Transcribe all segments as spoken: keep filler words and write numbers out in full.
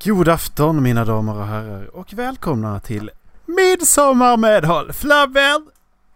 God afton mina damer och herrar och välkomna till Midsommar medhåll. Flabben!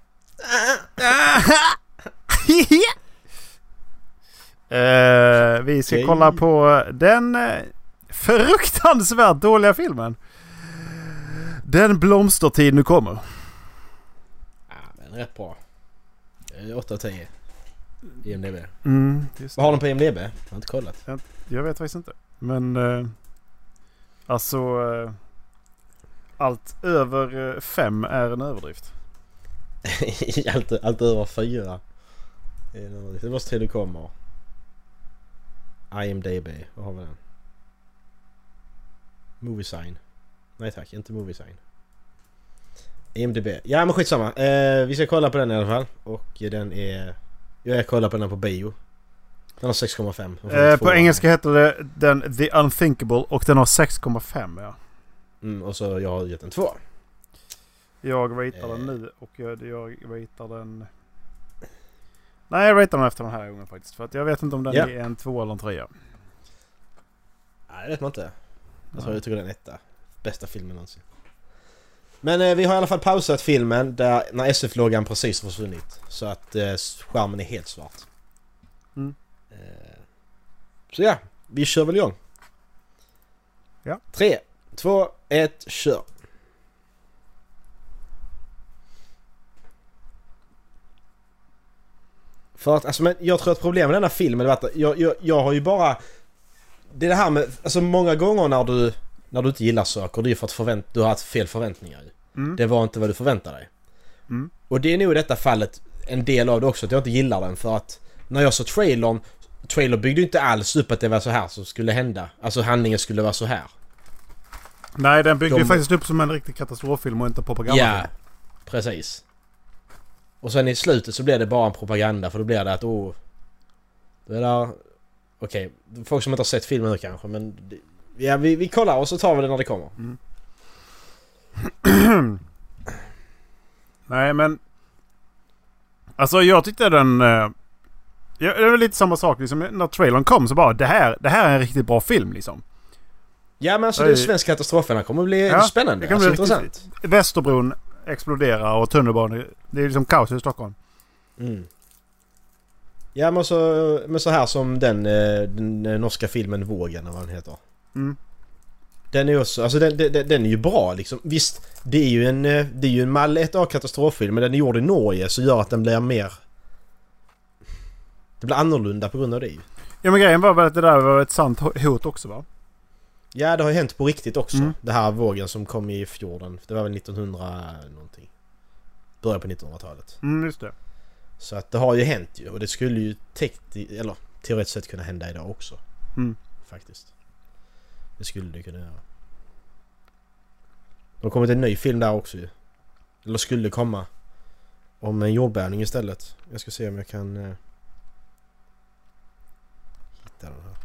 uh, vi ska okay. kolla på den uh, fruktansvärt dåliga filmen. Den blomstertid nu kommer. Ja, men rätt bra. åtta av tio. I M D B. Mm, Vad har de på I M D B? Jag har inte kollat. Jag, jag vet faktiskt inte. Men uh, alltså uh, allt över uh, fem är en överdrift. allt, allt över fyra. Det måste till det kommer. I M D B. Vad har vi den? Movie sign. Nej tack, inte movie sign. I M D B. Ja men skitsamma. Eh, vi ska kolla på den i alla fall. Och den är... Jag kollar på den på bio. Den har sex komma fem. Eh, på engelska heter det den The Unthinkable och den har sex komma fem, ja. Mm, och så jag har gett en två. Jag ratear eh. den nu och jag, jag ratear den... Nej, jag ratear den efter den här gången faktiskt. För att jag vet inte om den ja. är en två eller en trea. Nej, det vet man inte. Jag tror jag tycker den är etta. Bästa filmen någonsin. Men eh, vi har i alla fall pausat filmen där när S F-loggan precis försvunnit. Så att eh, skärmen är helt svart. Mm. Eh, så ja, vi kör väl igång. Ja. Tre, två, ett, kör. För att, alltså, men jag tror att problemet med denna filmen är att jag, jag, jag har ju bara... Det är det här med, alltså många gånger när du... När du inte gillar saker, det är för att förvänt- du har haft fel förväntningar. Mm. Det var inte vad du förväntade dig. Mm. Och det är nog i detta fallet en del av det också, att jag inte gillar den. För att när jag såg trailern, trailer byggde inte alls upp att det var så här som skulle hända. Alltså handlingen skulle vara så här. Nej, den byggde De... ju faktiskt upp som en riktig katastroffilm och inte propaganda. Ja, precis. Och sen i slutet så blir det bara en propaganda, för då blir det att åh... Det är där... Okej, okay, folk som inte har sett filmen nu kanske, men... Det... Ja, vi, vi kollar och så tar vi det när det kommer. Mm. Nej, men... Alltså, jag tyckte den... Uh, ja, det var lite samma sak. Liksom, när trailern kom så bara, det här, det här är en riktigt bra film, liksom. Ja, men alltså, det är svenska katastroferna kommer att bli ja, spännande. Det kan alltså, bli intressant. Västerbron exploderar och tunnelbanan... Det är liksom kaos i Stockholm. Mm. Ja, men så, men så här som den, den, den norska filmen Vågen, vad den heter. Mm. Den är också, alltså den, den, den är ju bra liksom. Visst, det är ju en det är ju en mall ett A-katastroffilm, men den är gjord i Norge så gör att den blir mer, det blir annorlunda på grund av det ju. Ja, men grejen var väl att det där var ett sant hot också, va? Ja, det har ju hänt på riktigt också. Mm. Det här vågen som kom i fjorden. Det var väl nittonhundra någonting. Början på nittonhundratalet. Mm, just det. Så att det har ju hänt ju, och det skulle ju täckt, eller teoretiskt sett kunna hända idag också. Mm. Faktiskt. Det skulle det kunna göra. Det har kommit en ny film där också ju. Eller skulle komma. Om en jordbävning istället. Jag ska se om jag kan eh, hitta den här.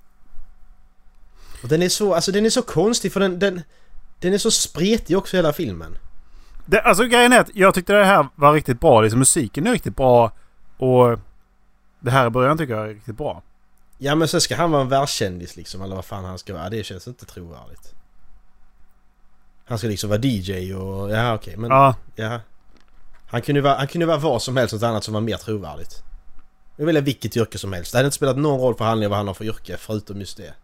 Och den är så, alltså den är så konstig, för den, den, den är så spretig också hela filmen. Det, alltså grejen är att jag tyckte det här var riktigt bra. Liksom, musiken är riktigt bra. Och det här i början tycker jag är riktigt bra. Ja, men så ska han vara en världskändis liksom, eller vad fan han ska vara. Det känns inte trovärdigt. Han ska liksom vara D J och... Ja, okej, okay, men... Ja. Ja. Han kunde vara, han kunde vara vad som helst, något annat som var mer trovärdigt. Jag vill ha vilket yrke som helst. Det hade inte spelat någon roll för handlingen vad han har för yrke, förutom just det.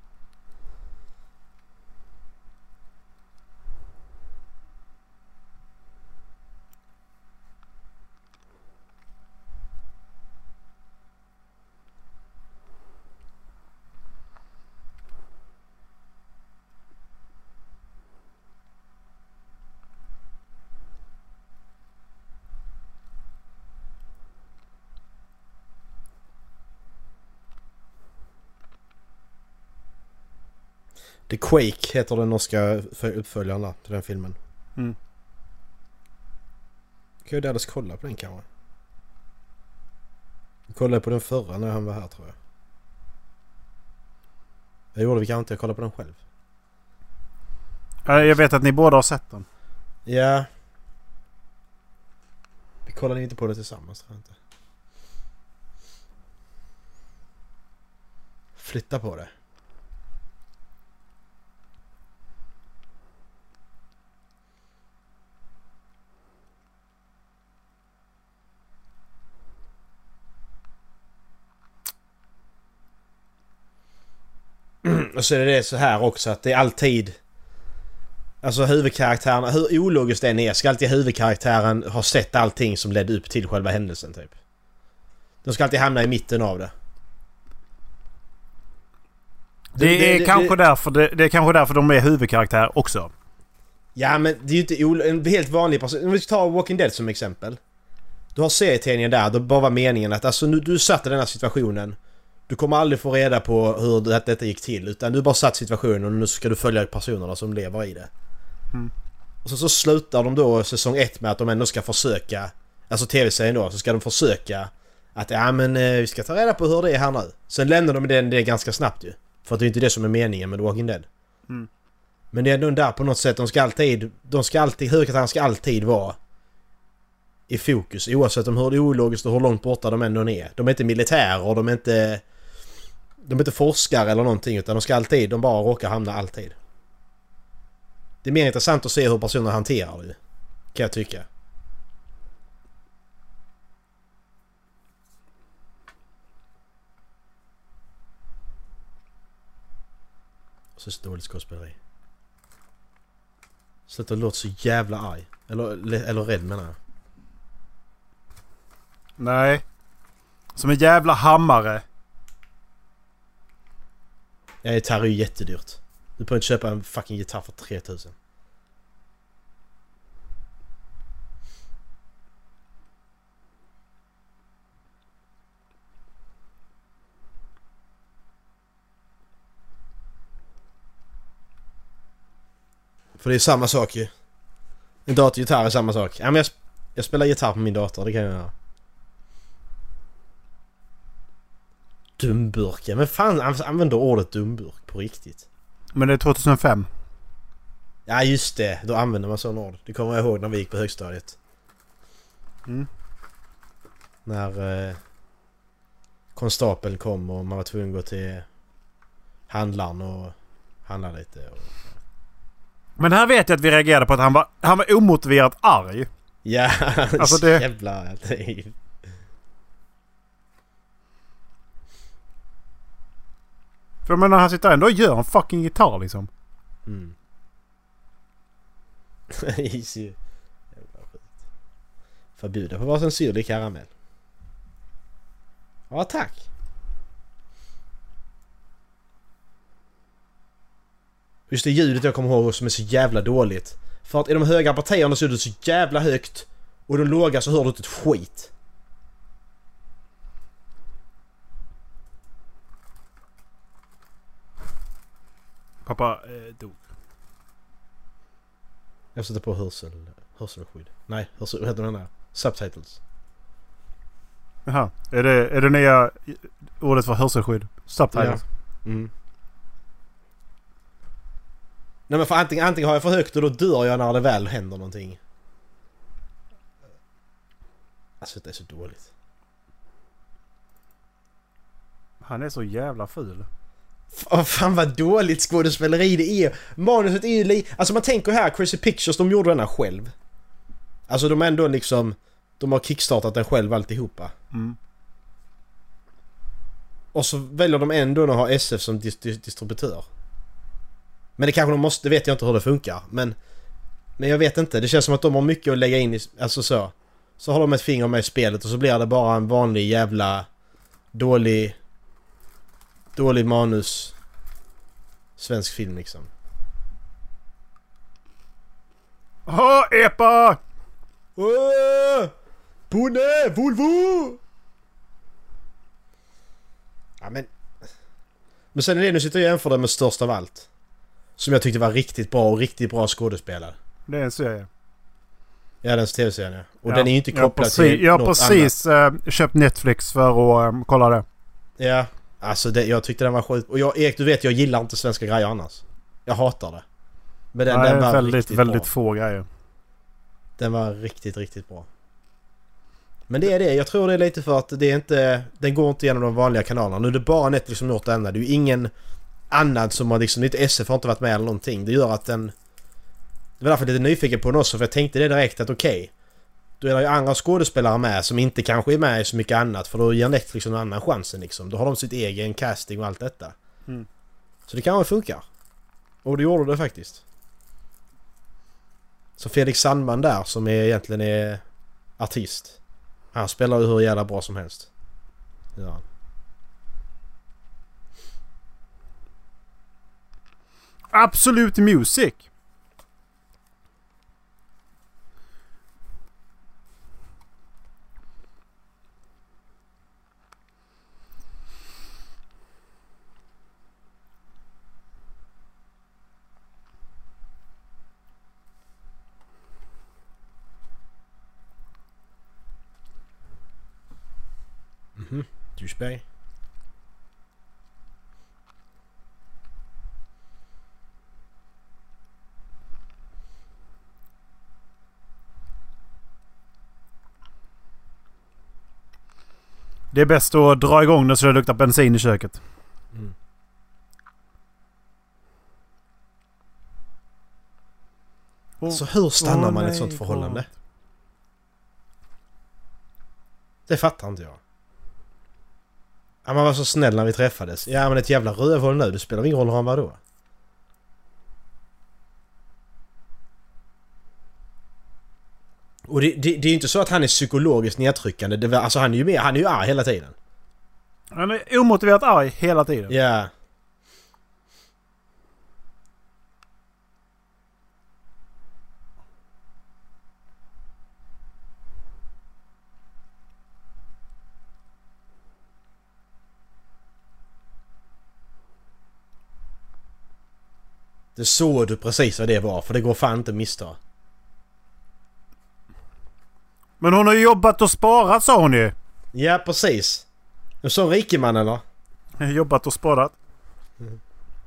The Quake heter den norska uppföljaren där, till den filmen. Mm. Kan jag därför kolla på den kanske? Jag kollade på den förra när han var här, tror jag. Jag gjorde vi kanske inte, jag kollade på den själv. Jag vet att ni båda har sett den. Ja. Vi kollade inte på det tillsammans, tror jag inte. Flytta på det. Och så är det så här också att det är alltid... Alltså huvudkaraktärerna, hur ologiskt den är, ska alltid huvudkaraktären ha sett allting som ledde upp till själva händelsen typ. De ska alltid hamna i mitten av det. Det, det, det är det, kanske det, därför det, det är kanske därför de är huvudkaraktär också. Ja, men det är ju inte ol- en helt vanlig person. Om vi ska ta Walking Dead som exempel. Du har serietidningen där, då bara var meningen att alltså nu du satt i den här situationen. Du kommer aldrig få reda på hur det, detta gick till, utan du bara satt situationen och nu ska du följa personerna som lever i det. Mm. Och så, så slutar de då säsong ett med att de ändå ska försöka, alltså tv-serien då, så ska de försöka att ja men eh, vi ska ta reda på hur det är här nu. Sen lämnar de det, det ganska snabbt ju. För att det är inte det som är meningen med The Walking Dead. Mm. Men det är ändå där på något sätt, de ska alltid, de ska alltid, huvudkaraktären ska alltid vara i fokus, oavsett om hur ologiskt och hur långt borta de ändå är. De är inte militärer och de är inte de är inte forskare eller någonting, utan de ska alltid, de bara råkar hamna alltid. Det är mer intressant att se hur personer hanterar det, kan jag tycka. Så dåligt skådespeleri. Sluta låta så jävla arg. Eller, eller rädd menar jag. Nej. Som en jävla hammare. Ja, gitarr är ju jättedyrt. Du får inte köpa en fucking gitarr för tre tusen. För det är samma sak ju. En datorgitarr är samma sak. Ja, men jag, jag spelar gitarr på min dator, det kan jag göra. Dumburken. Men fan använder ordet dumburk på riktigt? Men det är tjugohundrafem. Ja just det, då använder man sån ord. Det kommer jag ihåg när vi gick på högstadiet. Mm. När eh, konstapeln kom och man var tvungen att gå till handlaren och handla lite. Och... Men här vet jag att vi reagerade på att han var, han var omotiverat arg. Ja, alltså det... jävla... För jag menar, han sitter ändå och gör en fucking gitarr liksom. Mm. Easy. Jävla skit. Förbjuda för vad som syrlig karamell. Ja, tack. Just det ljudet jag kommer ihåg som är så jävla dåligt. För att i de höga partierna så är det så jävla högt. Och de låga så hör du inte ett skit. Pappa eh, dog. Jag sätter på hörsel, hörselskydd. Nej, hörsel, vad heter den där? Subtitles. Jaha, är det, är det nya ordet för hörselskydd? Subtitles? Ja. Mm. Nej men för antingen, antingen har jag för högt och då dör jag när det väl händer någonting. Alltså det är så dåligt. Han är så jävla ful. Oh, fan vad dåligt skådespeleri det är. Manuset är ju li- alltså man tänker här, Crazy Pictures, de gjorde den här själv. Alltså de är ändå liksom, de har kickstartat den själv alltihopa. Mm. Och så väljer de ändå att ha S F som dis- dis- distributör. Men det kanske de måste, det vet jag inte hur det funkar. Men, men jag vet inte, det känns som att de har mycket att lägga in i, alltså så. Så har de ett finger med i spelet och så blir det bara en vanlig jävla dålig dålig manus svensk film liksom. Ha, epa! Åh! Bonne! Volvo! Ja men... Men sen är det, nu sitter jag jämför det med Störst av allt. Som jag tyckte var riktigt bra och riktigt bra skådespelare. Det är en serie. Ja, den tv-serien ja. Och ja, den är ju inte kopplad precis, till jag har något precis äh, köpt Netflix för att äh, kolla det. Ja, alltså det, jag tyckte den var sjukt. Och jag, Erik, du vet jag gillar inte svenska grejer annars. Jag hatar det. Men den, Nej, den var väldigt, riktigt väldigt bra. få grejer. Den var riktigt, riktigt bra. Men det är det, jag tror det är lite för att det är inte, den går inte genom de vanliga kanalerna. Nu är det bara Netflix som gjort det enda. Det är ju ingen annan som har liksom, inte S F har inte varit med eller någonting. Det gör att den, det var därför jag är lite nyfiken på den också, för jag tänkte det direkt att okej, okay, då är det ju andra skådespelare med som inte kanske är med i så mycket annat, för då ger Netflix en annan chansen liksom. Då har de sitt egen casting och allt detta. Mm. Så det kanske funkar. Och det gjorde det faktiskt. Så Felix Sandman där som är, egentligen är artist. Han spelar ju hur jävla bra som helst. Ja. Absolut Music. Mhm. Douchebag. Det är bäst att dra igång det så det luktar bensin i köket. Mm. Oh. Så hur stannar Oh, man i ett nej, sånt förhållande? God. Det fattar inte jag. Ja, man var så snäll när vi träffades. Ja, men ett jävla rövhål nu. Det spelar ingen roll hur han var då. Och det, det, det är ju inte så att han är psykologiskt nedtryckande. Det, alltså han är ju med, han är ju arg hela tiden. Han är omotiverat arg hela tiden. Ja. Det såg du precis vad det var, för det går fan inte att missta. Men hon har ju jobbat och sparat, sa hon ju. Ja, precis. En sån rikeman eller? Jobbat och sparat. Mm.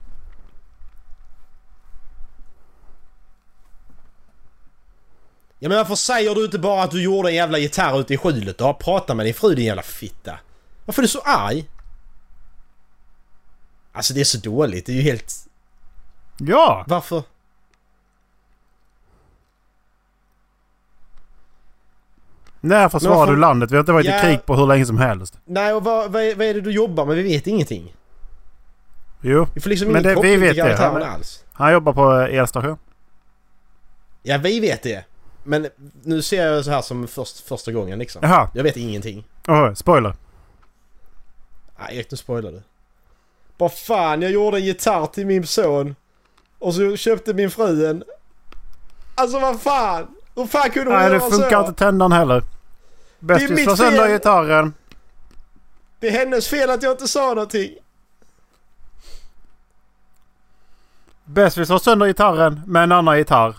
Ja, men varför säger du inte bara att du gjorde en jävla gitarr ute i skjulet då? Prata med din fru, din jävla fitta. Varför är du så arg? Alltså det är så dåligt, det är ju helt... Ja! Varför? När försvarar varför... du landet? Vi har inte varit ja... i krig på hur länge som helst. Nej, och vad, vad, är, vad är det du jobbar med? Vi vet ingenting. Jo, vi får liksom men ingen det, vi vet det. Han, alls. Han jobbar på elstation. Ja, vi vet det. Men nu ser jag så här som först, första gången liksom. Jaha. Jag vet ingenting. Åh, spoiler. Nej, Erik, nu spoilar du. Vad fan, jag gjorde en gitarr till min son. Och så köpte min fru en. Alltså vad fan? Hur fan kunde hon Nej, göra det funkar så? inte tändaren heller. Bäst vi slår sönder gitarren. Det är hennes fel att jag inte sa någonting. Bäst vi slår sönder gitarren med en annan gitarr.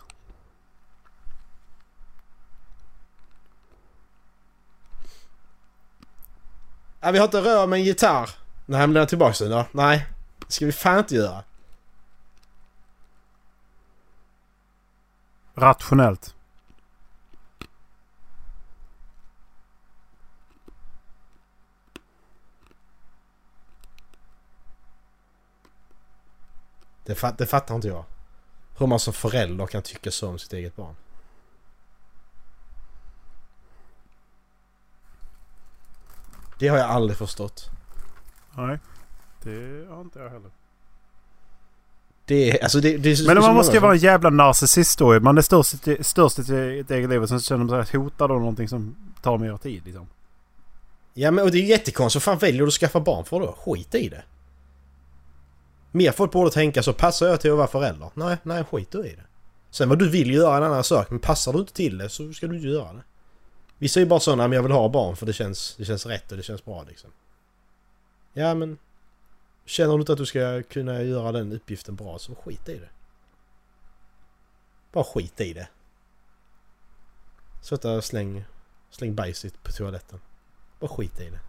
Ja, vi har inte rör med en gitarr. Nej, men den är tillbaka nu då. Nej, det ska vi fan inte göra. Rationellt. Det, fat, det fattar inte jag. Hur man som förälder kan tycka så om sitt eget barn. Det har jag aldrig förstått. Nej, det har inte jag heller. Det är, alltså det, det är men man så måste ju många... vara en jävla narcissist då. Man är störst, i- störst i sitt eget liv och sen känner man sig hotad av någonting som tar mer tid liksom. Ja, men och det är ju jättekonstigt. Vad fan väljer du att skaffa barn för då? Skit i det. Mer folk borde tänka så. Passar jag till att vara förälder? Nej, nej, skit du i det. Sen vad du vill göra en annan sak. Men passar du inte till det så ska du inte göra det. Vissa är ju bara sådana, men jag vill ha barn för det känns, det känns rätt och det känns bra liksom. Ja, men känner du inte att du ska kunna göra den uppgiften bra så skit i det. Bara skit i det. Sätta släng, släng bajset på toaletten. Bara skit i det.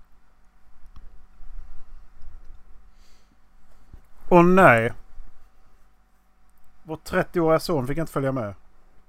Åh nej. Vår trettioåriga son fick inte följa med.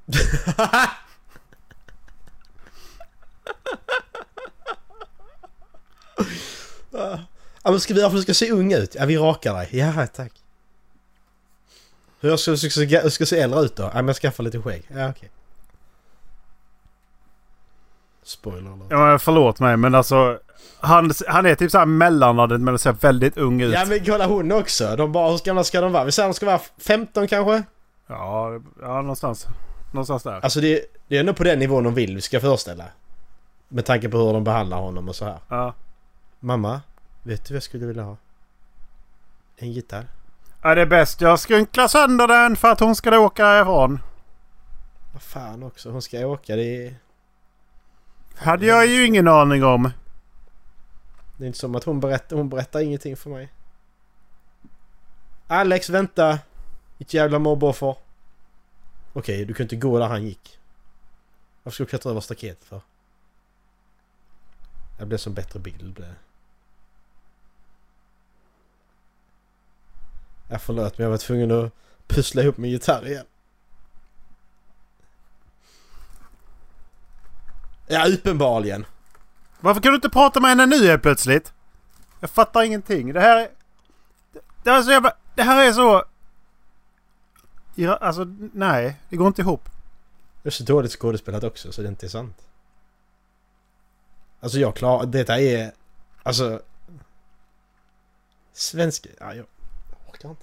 Ja, men ska vi, varför ska se ung ut? Ja, vi rakar dig. Ja, tack. Hur ska du ska, ska se äldre ut då? Ja, men jag skaffar lite skägg. Ja, okej. spoiler. Eller? Ja, men förlåt mig, men alltså... Han, han är typ såhär mellanåldern men ser väldigt ung ut. Ja, men kolla hon också. De bara, hur gamla ska de vara? Vi säger att de ska vara femton kanske? Ja, ja någonstans. Någonstans där. Alltså det, det är ändå på den nivån de vill vi ska föreställa. Med tanke på hur de behandlar honom och så här. Ja. Mamma, vet du vad jag skulle vilja ha? En gitarr. Ja, det är bäst. Jag skrynklar sönder den för att hon ska åka ifrån. Vad fan också, hon ska åka. Det är... Hade jag ju ingen aning om. Det är inte som att hon berättar, hon berättar ingenting för mig. Alex, vänta. Ett jävla mobboffer. Okej, du kan inte gå där han gick. Varför ska du klättra över staketet för? Det blev som bättre bild. Jag förlåt, men jag var tvungen att pussla ihop min gitarr igen. Ja, uppenbarligen. Varför kan du inte prata med henne nu helt plötsligt? Jag fattar ingenting. Det här är... Det här är så jävla... Det här är så... Ja, alltså, nej. Det går inte ihop. Det är så dåligt skådespelat också, så det är inte sant. Alltså, jag klarar... Detta är... Alltså... Svenska... Ja, jag orkar inte.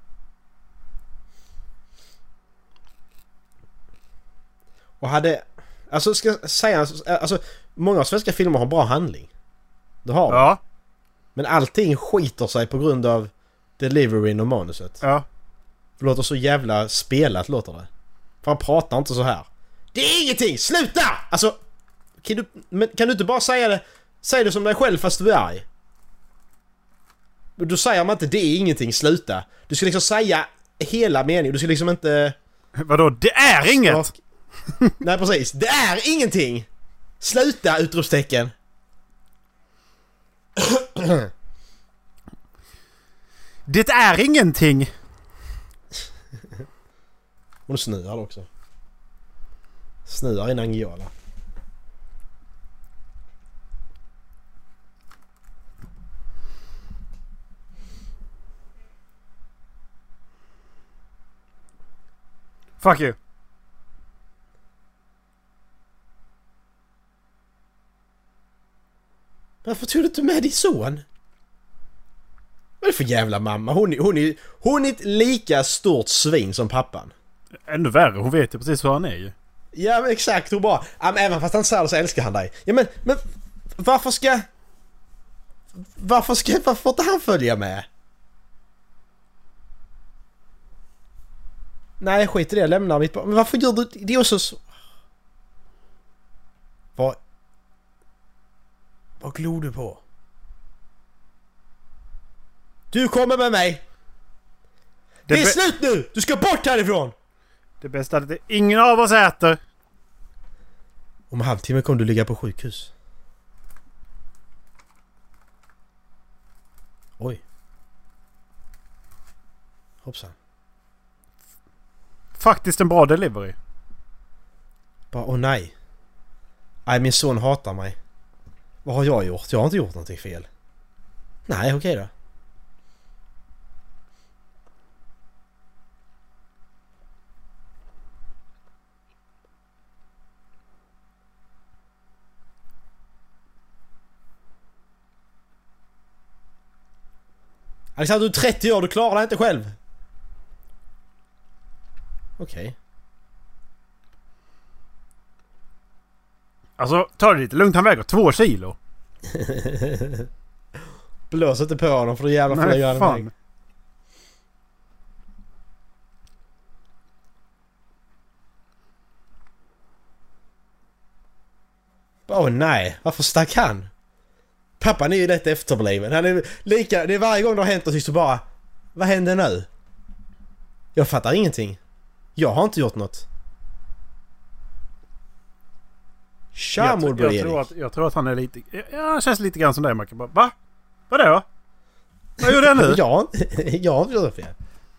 Och hade... Alltså, ska jag säga... Alltså, många svenska filmer har bra handling. Det har de. Ja. Men allting skiter sig på grund av deliveryn och manuset. Ja. Det låter så jävla spelat, låter det. För han pratar inte så här. Det är ingenting! Sluta! Alltså... Kan du, men kan du inte bara säga det... Säg det som dig själv fast du är arg. Då säger man inte det är ingenting, sluta. Du ska liksom säga hela meningen. Du ska liksom inte... Vadå? Det är inget! Sak... Nej, precis. Det är ingenting! Sluta, utropstecken. Det är ingenting! Hon snuar också. Snuar i Nangijala. Fuck you. Varför tog du inte med din son? Vad är det för jävla mamma? Hon är, hon är, hon är ett lika stort svin som pappan. Ännu värre, hon vet ju precis hur han är ju. Ja, men exakt. Hon bara, ja, men även fast han säger det så älskar han dig. Ja, men, men varför ska... Varför ska... Varför får inte han följa med? Nej, skit i det. Jag lämnar mitt barn. Men varför gör du... Det är också så... Vad... Vad glor du på? Du kommer med mig! Det, det är slut nu! Du ska bort härifrån! Det bästa är att det ingen av oss äter. Om en halvtimme kommer du ligga på sjukhus. Oj. Hoppsan. Faktiskt en bra delivery. Bara, åh nej. Nej, min son hatar mig. Vad har jag gjort? Jag har inte gjort någonting fel. Nej, okej då. Alexander, du är trettio år, du klarar dig inte själv. Okej. Okay. Alltså, ta det lite lugnt. Han väger två kilo. Blås inte på honom för då jävla får jag göra fan. Åh oh, nej, varför stack han? Pappan är ju lätt efterbliven. Han är lika, det är varje gång det har hänt och så bara, vad händer nu? Jag fattar ingenting. Jag har inte gjort något. Tja, jag, morbror jag, tror att, jag tror att han är lite... Ja, han känns lite grann som dig, Macke. Bara, va? Vadå? Vad gjorde jag nu? ja, jag har inte gjort fel.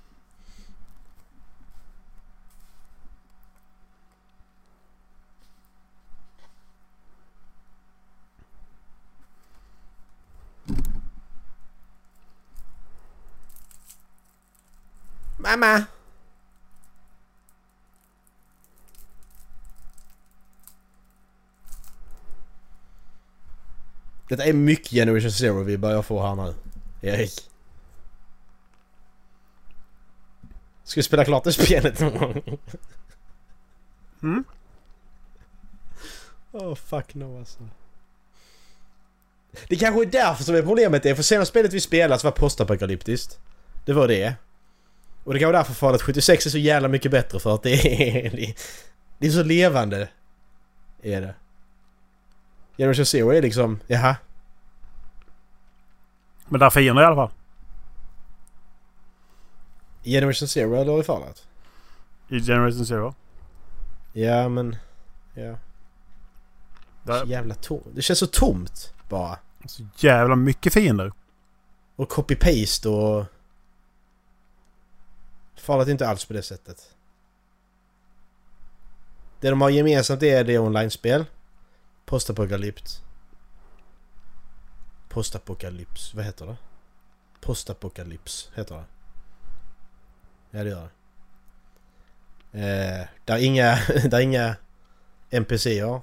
Mamma! Detta är mycket Generation Zero vi börjar få här nu. Erik. Ska vi spela klart det spelet någon gång? Mm? Oh fuck no alltså. Det kanske är därför som är problemet är. För senaste spelet vi spelade så var postapokalyptiskt. Det var det. Och det kan vara därför Fallout sjuttiosex är så jävla mycket bättre. För att det är, det är, det är så levande. Är det. Generation Zero är liksom, jaha. Men där fiender i alla fall. Generation Zero eller i Fallout? I Generation Zero. Ja men, ja. Det är så jävla tomt. Det känns så tomt bara. Så jävla mycket fiender. Och copy-paste och... Fallout inte alls på det sättet. Det de har gemensamt är det online-spel. Postapokalyps. Postapokalyps. Vad heter det? Postapokalyps heter det. Ja, det gör det. Eh, där är inga, där är inga N P C-er.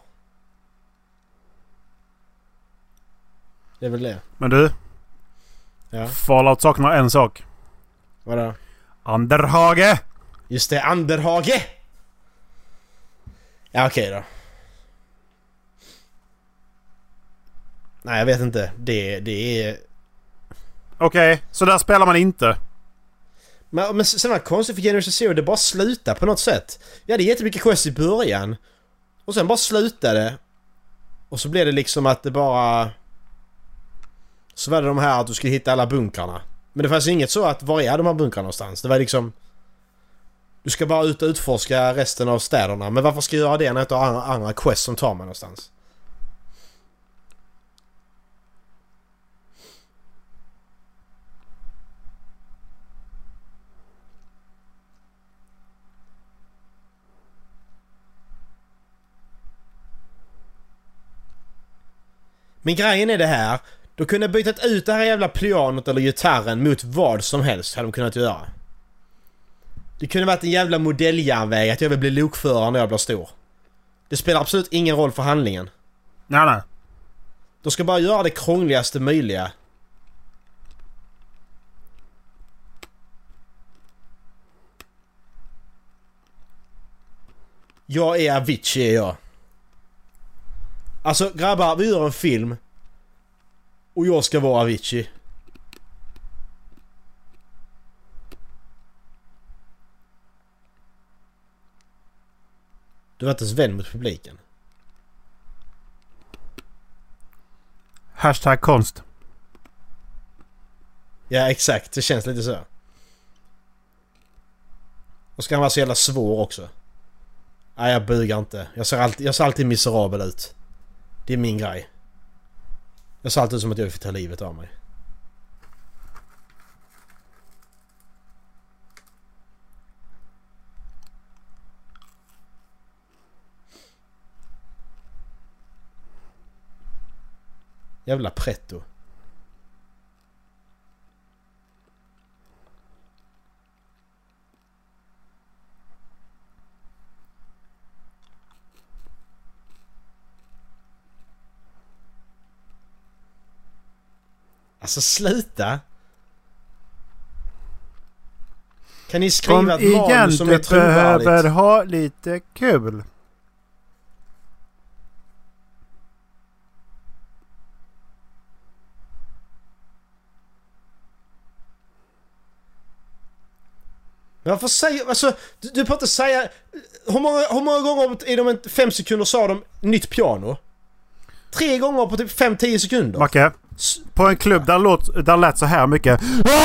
Det är väl det. Men du. Ja. Fallout saknar en sak. Vadå? Anderhage! Just det, Anderhage! Ja, okej okay då. Nej, jag vet inte. Det, det är... Okej, okay, så där spelar man inte. Men, men sen var det konstigt för Generation Zero, det bara slutar på något sätt. Ja, det är jättemycket quest i början. Och sen bara slutade. Och så blev det liksom att det bara... Så var det de här att du skulle hitta alla bunkrarna. Men det fanns inget så att var är de här bunkrarna någonstans? Det var liksom... Du ska bara ut och utforska resten av städerna. Men varför ska jag göra det när jag har andra, andra quest som tar mig någonstans? Men grejen är det här. Då kunde jag byta ut det här jävla pianot eller gitarren mot vad som helst hade de kunnat göra. Det kunde varit en jävla modelljärnväg att jag vill bli lokförare när jag blir stor. Det spelar absolut ingen roll för handlingen. Nej, nej. De ska bara göra det krångligaste möjliga. Jag är Avicii, är jag. Alltså grabbar, vi gör en film. Och jag ska vara Avicii. Du var inte ens vän mot publiken. Hashtag konst. Ja, exakt. Det känns lite så. Och ska han vara så jävla svår också. Nej, jag bugar inte. Jag ser alltid, jag ser alltid miserabel ut. Det är min grej. Jag ser alltid ut som att jag vill ta livet av mig. Jävla pretto. Alltså sluta. Kan ni skriva Kom ett igen, manus som är du trovärdigt? behöver ha lite kul. Varför säger... Alltså, du, du får inte säga... Hur många, hur många gånger i de en fem sekunder sa de nytt piano? Tre gånger på typ fem till tio sekunder. Macke, på en klubb där, låt, där lät så här mycket.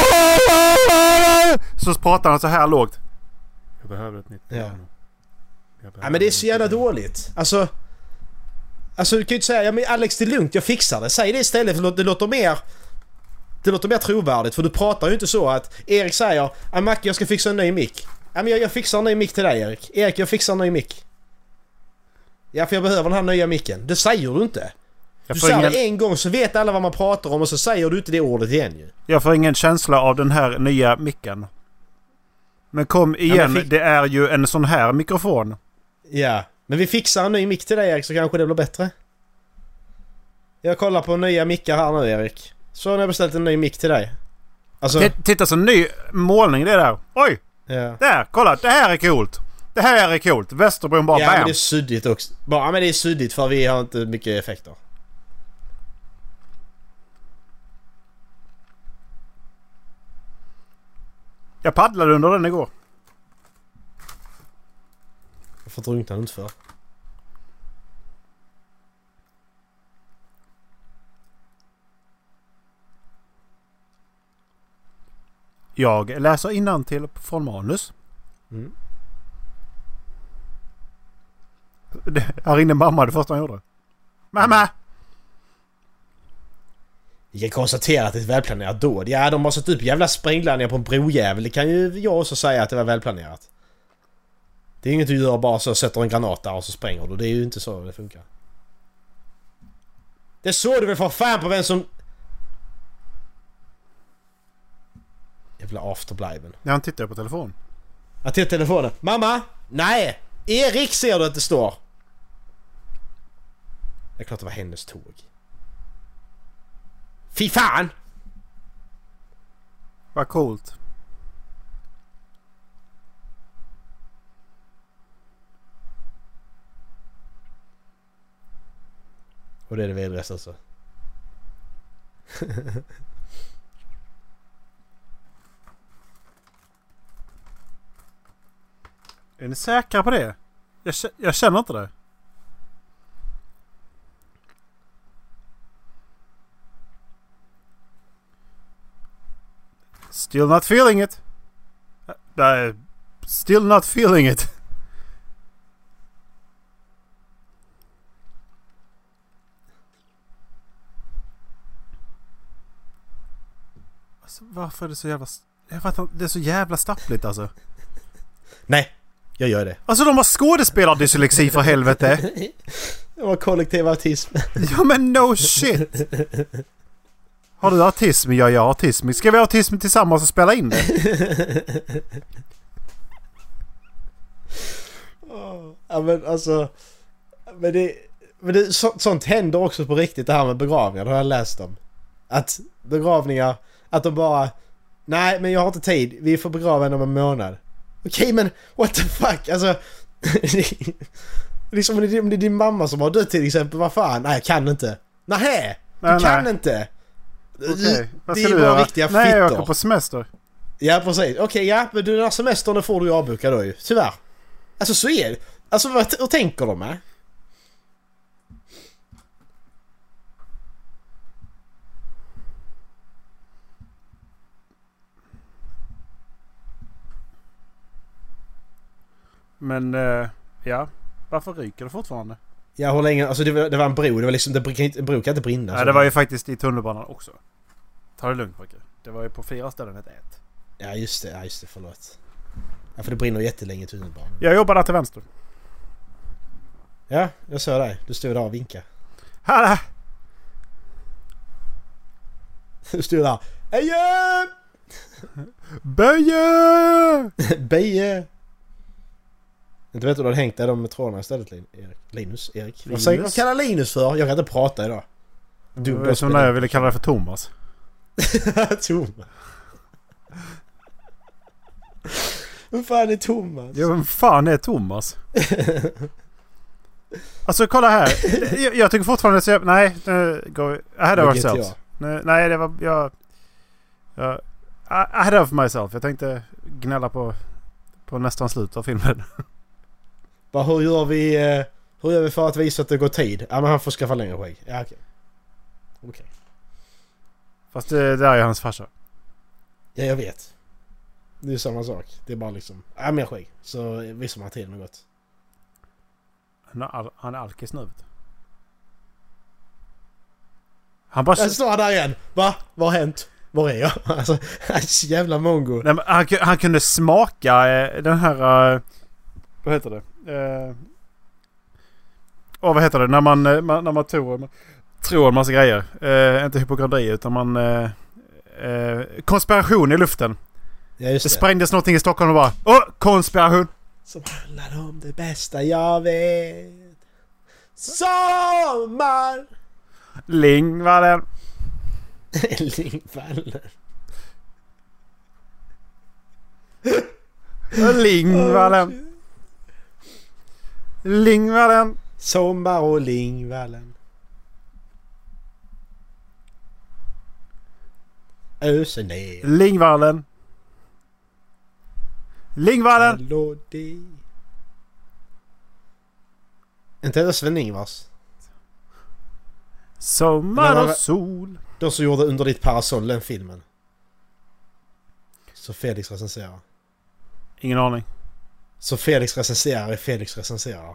Så pratar han så här lågt. Jag behöver ett nytt piano. Ja. Ja, men det är så jävla dåligt. Alltså... Alltså du kan ju inte säga, ja men Alex det är lugnt, jag fixar det. Säg det istället för det låter mer... Det låter mer trovärdigt, för du pratar ju inte så att Erik säger, ja Macke jag ska fixa en ny mick. Ja men jag, jag fixar en ny mick till dig Erik. Erik jag fixar en ny mick. Ja för jag behöver den här nya micken. Det säger du inte. Jag du får säger ingen... det en gång så vet alla vad man pratar om och så säger du inte det ordet igen ju. Jag får ingen känsla av den här nya micken. Men kom igen, ja, men fick... det är ju en sån här mikrofon. Ja, men vi fixar en ny mick till dig Erik så kanske det blir bättre. Jag kollar på nya mickar här nu, Erik. Så har jag beställt en ny mick till dig. Alltså... T- titta så ny målning det där. Oj! Ja. Där, kolla. Det här är coolt. Det här är coolt. Västerbron bara ja, bam. men det är suddigt också. Ja, men det är suddigt för vi har inte mycket effekter. Jag paddlade under den igår. Varför drunknar du inte för? Jag läser innantill från manus. Mm. Här ringde mamma det första han gjorde. Mamma! Vi kan konstatera att det är ett välplanerat dåd. Ja, de har satt upp jävla sprängladdningar på en brojävel. Det kan ju jag också säga att det var välplanerat. Det är inget du gör bara så sätter en granat där och så spränger du. Det är ju inte så det funkar. Det såg du väl för fan på vem som... Jävla afterbliven. Ja, han tittar på telefon. Jag tittar telefonen. Mamma! Nej! Erik ser du att det står. Det är klart det var hennes tåg. Fy fan! Vad coolt. Och det är det vidrigaste alltså. Är ni säkra på det? Jag, jag känner inte det. Still not feeling it. Uh, still not feeling it. Alltså, varför är det så jävla... Jag fattar, det är så jävla stappligt alltså. Nej, jag gör det. Alltså de har skådespelardyslexi för helvete. Det var kollektiv autism. Ja men no shit. Har du autism? Ja, jag har autism. Ska vi ha autism tillsammans och spela in det? Ja men alltså... Men det... Men det, så, sånt händer också på riktigt det här med begravningar. Det har jag läst om. Att begravningar... Att de bara... Nej, men jag har inte tid. Vi får begrava en om en månad. Okej, okay, men what the fuck? Alltså... liksom om det, om det är din mamma som har dött till exempel. Vad fan? Nej, jag kan inte. Nähä! Du nej, kan nej. inte. Okay. Vad det ska är du bara göra? riktiga Nej, fittor. jag åker på semester. Ja, precis. Okej, okay, ja. Men du, den här semestern får du ju avboka då ju. Tyvärr. Alltså, så är det. Alltså, vad, vad tänker de med? Men, uh, ja. Varför ryker det fortfarande? Ja, hur länge... Alltså, det var, det var en bro. Det var liksom... Det, en bro kan inte brinna. Nej, det var ju faktiskt i tunnelbanan också. Ta det lugnt, pojkar. Det var ju på fyra ställen ett ät. Ja, just det. Ja, just det. Förlåt. Ja, för det brinner jättelänge i tunnelbanan. Jag jobbar där till vänster. Ja, jag såg dig. Du stod där och vinkade. Hallå! Du stod där. Eje! Böje! Beje! Inte vet du vad du hade hängt där de med trådarna istället, Erik. Linus? Erik? Vad säger man kallar Linus för? Jag kan inte prata idag. Det var som när jag ville kalla det för Thomas. Thomas. Vem fan är Thomas? Jo, vem fan är Thomas? Alltså, kolla här. Jag, jag tycker fortfarande så jag, nej, nu går vi. I had ourselves. Nej, nej, det var jag, jag I had of myself. Jag tänkte gnälla på på nästan slut av filmen. Bara, hur gör vi eh, hur gör vi för att visa att det går tid? Ja, men han får skaffa längre skägg. Ja, okej. Okay. Okay. Fast det där är hans farsa. Ja, jag vet. Det är samma sak. Det är bara liksom, ja, mer skägg. Så visar man tiden något. Han är, al- han är alkis nu. Han bara... Jag står där igen. Va? Vad har hänt? Var är jag? Alltså, jävla mongo. Nej, men han, han kunde smaka eh, den här... Eh, vad heter det? Eh, oh, vad heter det? När man, eh, man, när man tror, man, tror en massa grejer. Eh, inte hypokondri, utan man... Eh, eh, konspiration i luften. Ja, just det. Det sprängdes någonting i Stockholm och bara... Åh, oh, konspiration! Som handlar om det bästa jag vet. Sommar! Lingvallen. Lingvallen. Lingvallen. Lingvallen. Sommar och Lingvallen. Ösen ner. Lingvallen. Lingvallen. Melodi. Inte det Sven-Ingvars? Sommar och sol. De som gjorde Under ditt parasoll, den filmen. Så Felix recenserar. Ingen aning. Så Felix recenserar är Felix recenserar.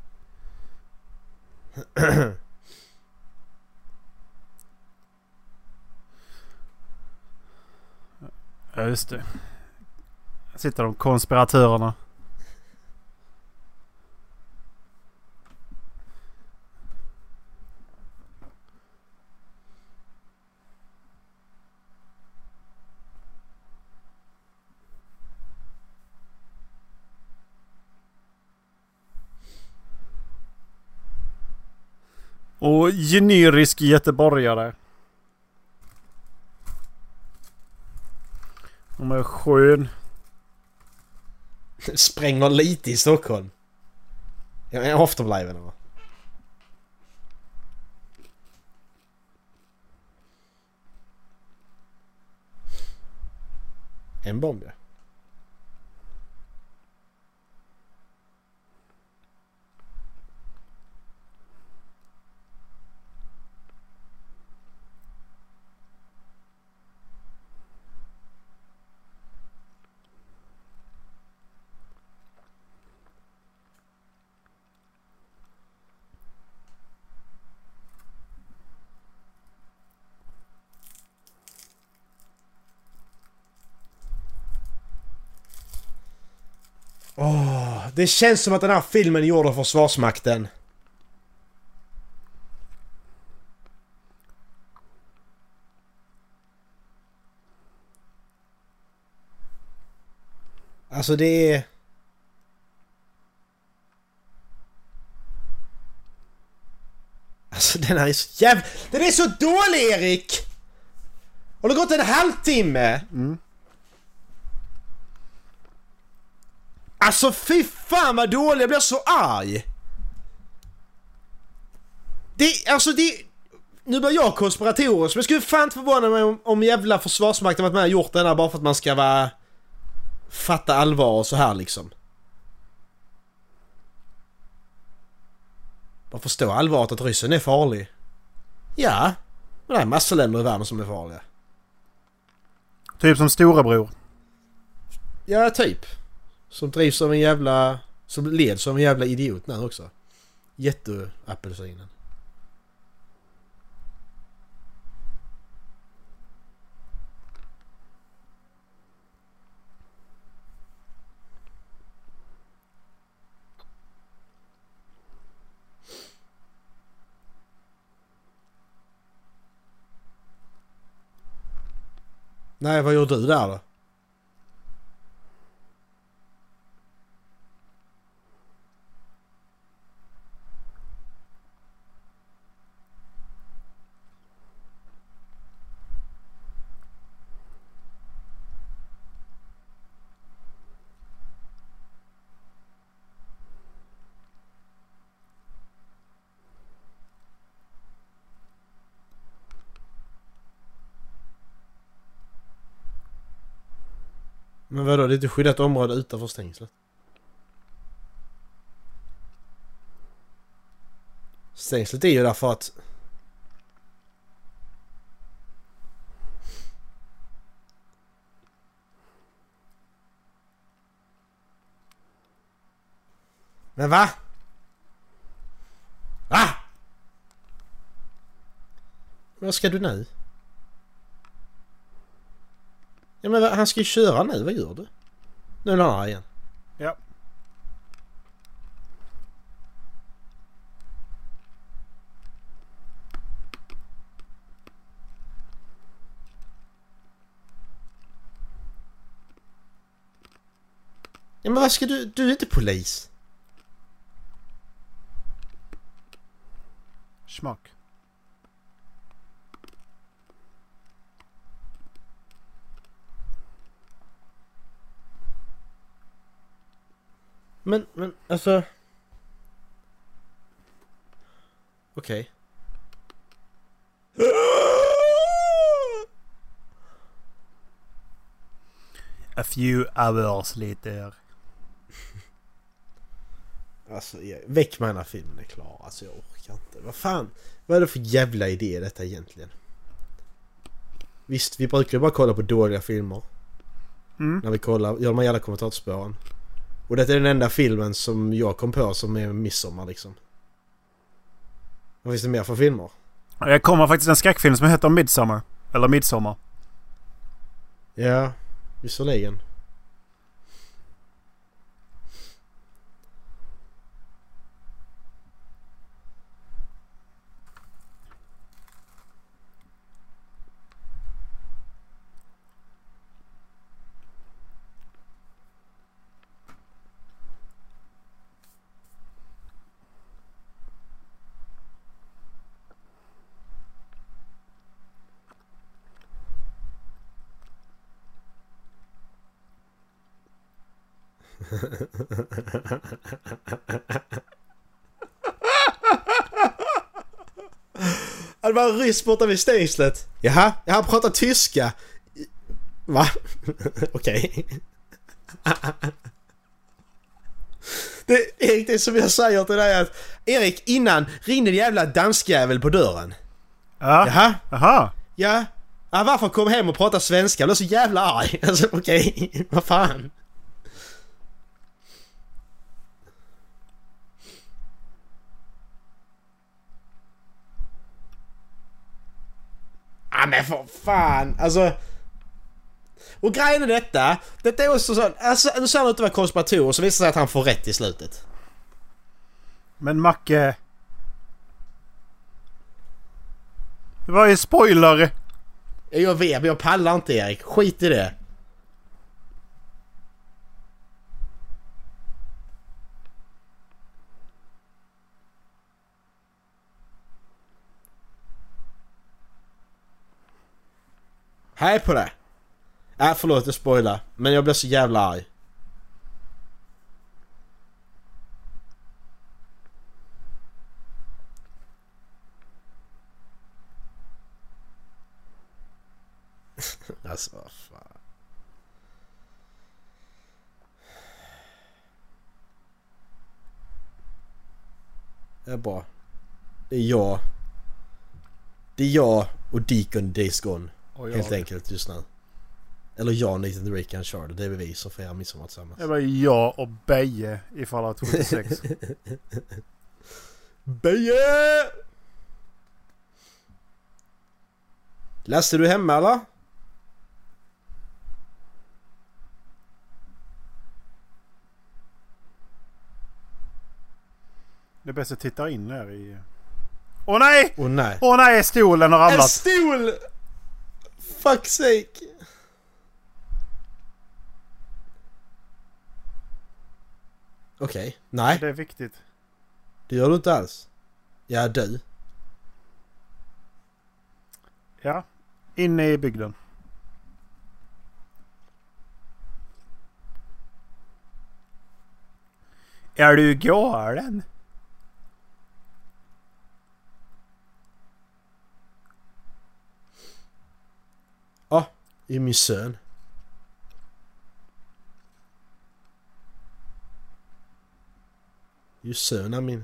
Ja, just det. Här sitter de konspiratörerna. Och generisk göteborgare. De är skön. Spränger lite i Stockholm. Jag är afterbliven va? En bomb ja. Åh, det känns som att den här filmen gjorde Försvarsmakten. Alltså det är... Alltså den här är så jävla... Den är så dålig, Erik! Har det gått en halvtimme? Mm. Alltså fy fan vad dålig, jag blir så arg. Det, alltså det... Nu blir jag konspiratorisk, men jag skulle fan inte förvåna mig om, om jävla Försvarsmakten varit med och gjort den här bara för att man ska vara... Fatta allvar och så här liksom. Bara förstå allvaret att ryssen är farlig. Ja, men det är massa länder i världen som är farliga. Typ som storebror. Ja, typ. Som drivs av en jävla... Som leds av en jävla idiot nu också. Jätteappelsinen. Nej, vad gör du där då? Men vadå, det är inte skyddat område utanför stängslet. Stängslet är ju därför att... Men va? Va? Vad ska du nu? Ja men han ska ju köra nu, vad gör du? Nu är han här igen. Ja. Ja men vad ska du... Du är inte polis. Smak. Men, men alltså... Okej. A few hours later. Alltså, jag, väck mig när filmen är klar. Alltså jag orkar inte. Vad fan? Vad är det för jävla idé detta egentligen? Visst, vi brukar ju bara kolla på dåliga filmer. Mm. När vi kollar, gör de här jävla kommentatorspåren. Och detta är den enda filmen som jag kom på som är midsommar liksom. Vad finns det mer för filmer? Det kommer faktiskt en skräckfilm som heter Midsommar. Eller Midsommar. Ja, visserligen. Det var en ryss borta vid stängslet. Jaha, jag har pratat tyska. Va? Okej. Det är det som jag säger till dig att Erik, innan ringde en jävla danskjävel på dörren. Ja. Jaha? Aha. Ja. Ja, varför kom hem och prata svenska? Jag blev så jävla arg. Alltså okej, okay. Vad fan? Ja men för fan, alltså. Och grejen är detta. Detta är också så. Alltså, nu säger han inte vara konspirator. Så visar det sig att han får rätt i slutet. Men Macke. Det var ju spoiler. Jag vet, men jag pallar inte Erik. Skit i det. Hej på det. Äh, förlåt jag spoilar. Men jag blir så jävla arg. Alltså vad fan. Det är bra. Det är jag. Det är jag och Deacon Days Gone. Oj, helt oj. enkelt just nu. Eller jag, Nathan Drake and Charlie. Det är bevis som firar midsommar tillsammans. Det var jag och Beje i Fallout sjuttiosex. Beje! Läste du hemma eller? Det är bäst att titta in här i... Åh nej! Åh oh, nej. Åh nej, stolen har En ramlat. stol! Fuck sake. Okej, okay. Nej. Det är viktigt. Det gör du inte alls. Ja, du. Ja, inne i bygden. Är du galen? Ja, ah, det är min son. Det är ju sönen min.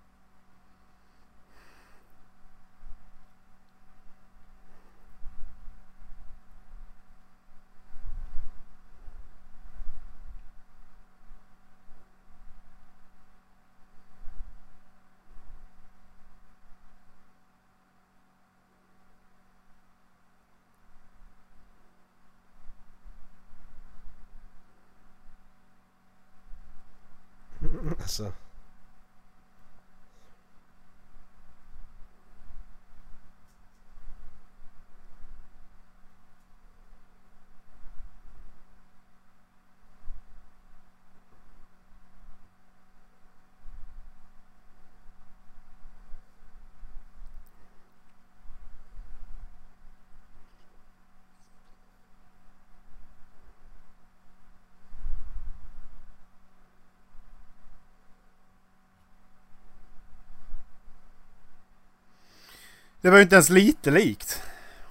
Alltså. Det var ju inte ens lite likt.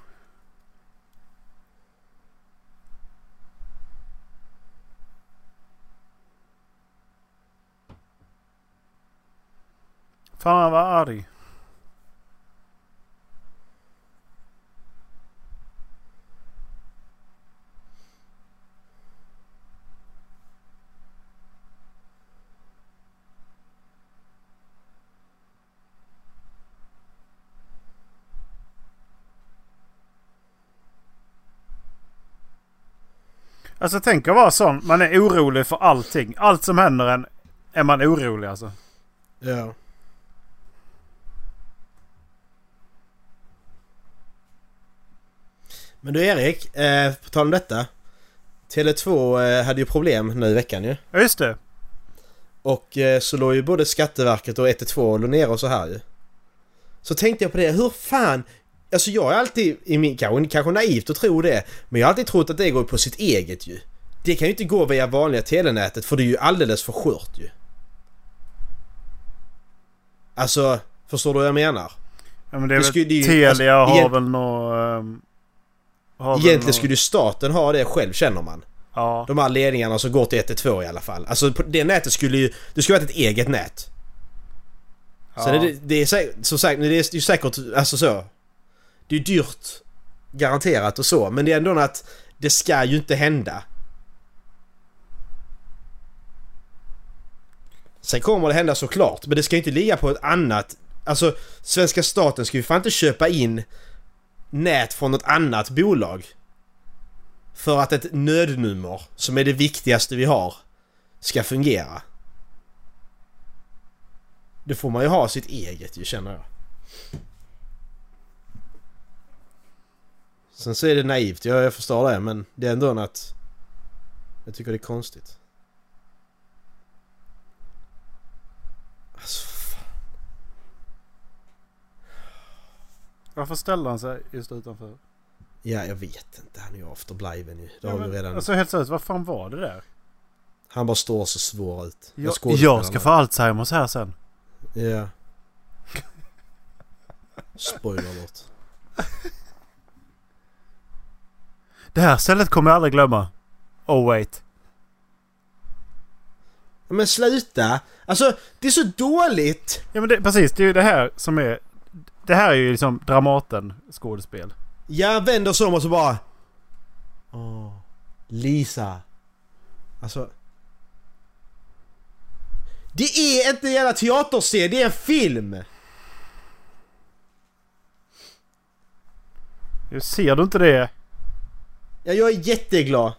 Fan vad arg. Alltså tänk att vara sån. Man är orolig för allting. Allt som händer en är man orolig alltså. Ja. Men du Erik, eh, på tal om detta. Tele två eh, hade ju problem nu i veckan ju. Ja just det. Och eh, så låg ju både Skatteverket och ett ett två och låg ner och så här ju. Så tänkte jag på det, hur fan... Alltså jag är alltid, i min, kanske, kanske naivt att tro det, men jag har alltid trott att det går på sitt eget ju. Det kan ju inte gå via vanliga telenätet för det är ju alldeles för skört ju. Alltså, förstår du vad jag menar? Ja men det är Det väl skulle- det är ju- Telia alltså, har egent- väl nå... Um, har väl Egentligen nå- skulle ju staten ha det själv, känner man. Ja. De här ledningarna som går till ett ett två i alla fall. Alltså på det nätet skulle ju... Det skulle vara ett eget nät. Så Ja. det, det är säkert... Så säkert det är ju säkert... Alltså så... Det är ju dyrt. Garanterat och så. Men det är ändå att det ska ju inte hända. Sen kommer det hända såklart. Men det ska ju inte ligga på ett annat... Alltså svenska staten ska ju fan inte köpa in nät från något annat bolag. För att ett nödnummer, som är det viktigaste vi har, ska fungera. Det får man ju ha sitt eget ju, känner jag. Sen så är det naivt, jag, jag förstår det, men det är ändå att jag tycker det är konstigt. Alltså, fan. Varför ställer han sig just utanför? Ja, jag vet inte. Han är ju afterbliven ju. Det Ja, har men, vi redan... alltså helt seriöst, vad fan var det där? Han bara står så svår ut. Jag, skådespelar jag ska nu. få Alzheimers här sen. Ja. Spoiler alert. Det här stället kommer jag aldrig glömma. Oh wait. Men sluta! Alltså, det är så dåligt! Ja men det, precis, det är ju det här som är... Det här är ju liksom Dramaten skådespel. Jag vänder sig om och så bara... Åh, Lisa. Alltså... Det är inte en jävla teaterscen, det är en film! Jag ser du inte det? Ja, jag är jätteglad.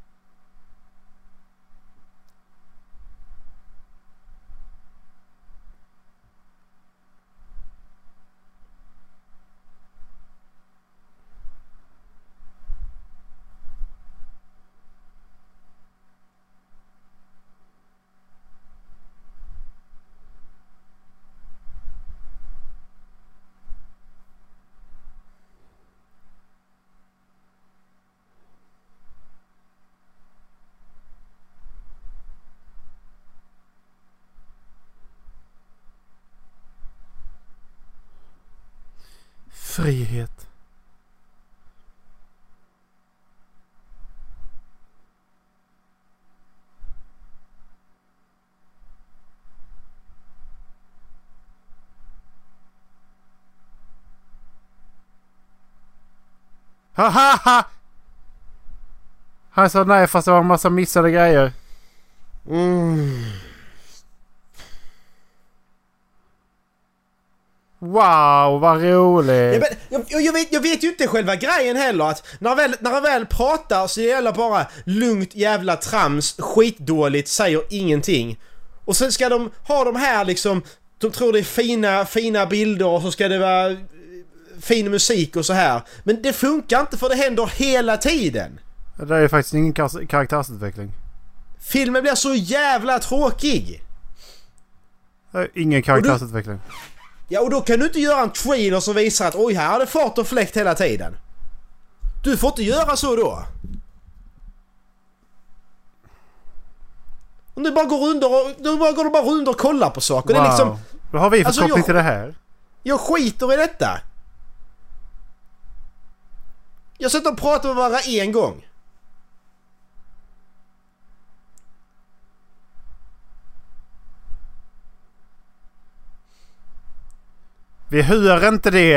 Frihet. Ha ha ha! Han sa nej fast det var en massa missade grejer. Mm. Wow, vad roligt. Ja, men, jag, jag, vet, jag vet ju inte själva grejen heller att när han väl, när han väl pratar så är det bara lugnt jävla trams, skitdåligt, säger ingenting. Och sen ska de ha de här liksom, de tror det är fina, fina bilder och så ska det vara eh, fin musik och så här. Men det funkar inte för det händer hela tiden. Det är ju faktiskt ingen kar- karaktärsutveckling. Filmen blir så jävla tråkig. Det är ingen karaktärsutveckling. Ja, och då kan du inte göra en trailer som visar att oj, här är det fart och fläkt hela tiden. Du får inte göra så då. Om du bara går under och du bara går du bara runt och kollar på saker. Wow. Det är liksom, Vad har vi för Alltså, koppling jag- till det här? jag skiter i detta. Jag satt och pratade med varandra en gång. Vi hör inte det.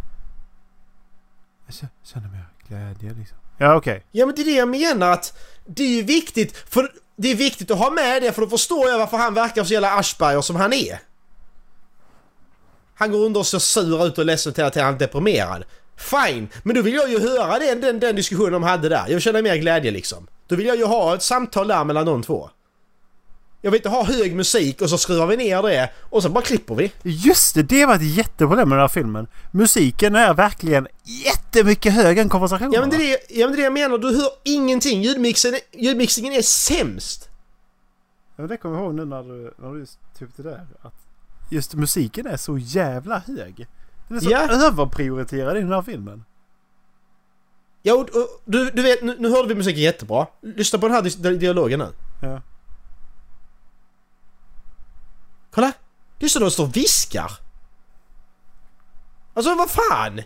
Jag känner mer glädje liksom. Ja, okej. Okay. Ja, men det är det jag menar, att det är ju viktigt, för det är viktigt att ha med det, för då förstår jag varför han verkar så jävla Asperger som han är. Han går under och så sur ut och ledsen till att han är deprimerad. Fine, men då vill jag ju höra den, den, den diskussionen de hade där. Jag känner mer glädje liksom. Då vill jag ju ha ett samtal där mellan de två. Jag vill inte ha hög musik och så skruvar vi ner det och så bara klipper vi. Just det, det var ett jätteproblem med den här filmen. Musiken är verkligen jättemycket högre än konversationen. Ja, men det är det, ja, men det är det jag menar. Du hör ingenting. Ljudmixen, ljudmixingen är sämst. Ja, men det kommer jag ihåg nu när du, när du typ det där. Att just musiken är så jävla hög. Den är så ja. överprioriterad i den här filmen. Ja, och, och, du, du vet, nu, nu hörde vi musiken jättebra. Lyssna på den här di- dialogen nu. Ja. Kolla! Det är så de står och viskar. Alltså, vad fan?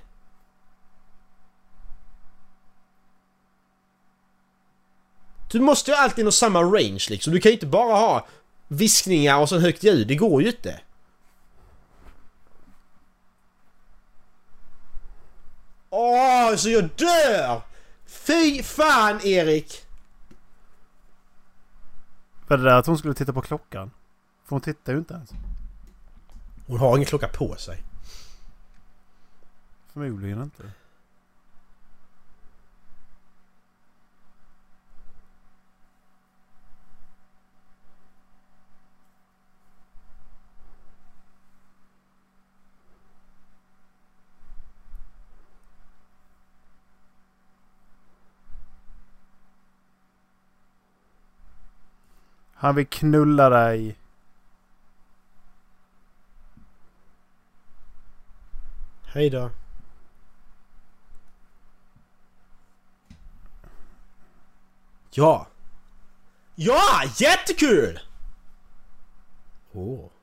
Du måste ju alltid ha samma range liksom. Du kan ju inte bara ha viskningar och så högt ljud. Det går ju inte. Åh, så jag dör! Fy fan, Erik! Var det där att hon skulle titta på klockan? För hon tittar ju inte ens. Hon har ingen klocka på sig. Förmodligen inte. Han vill knulla dig. Hej då. Ja. Ja, jättekul! Åh.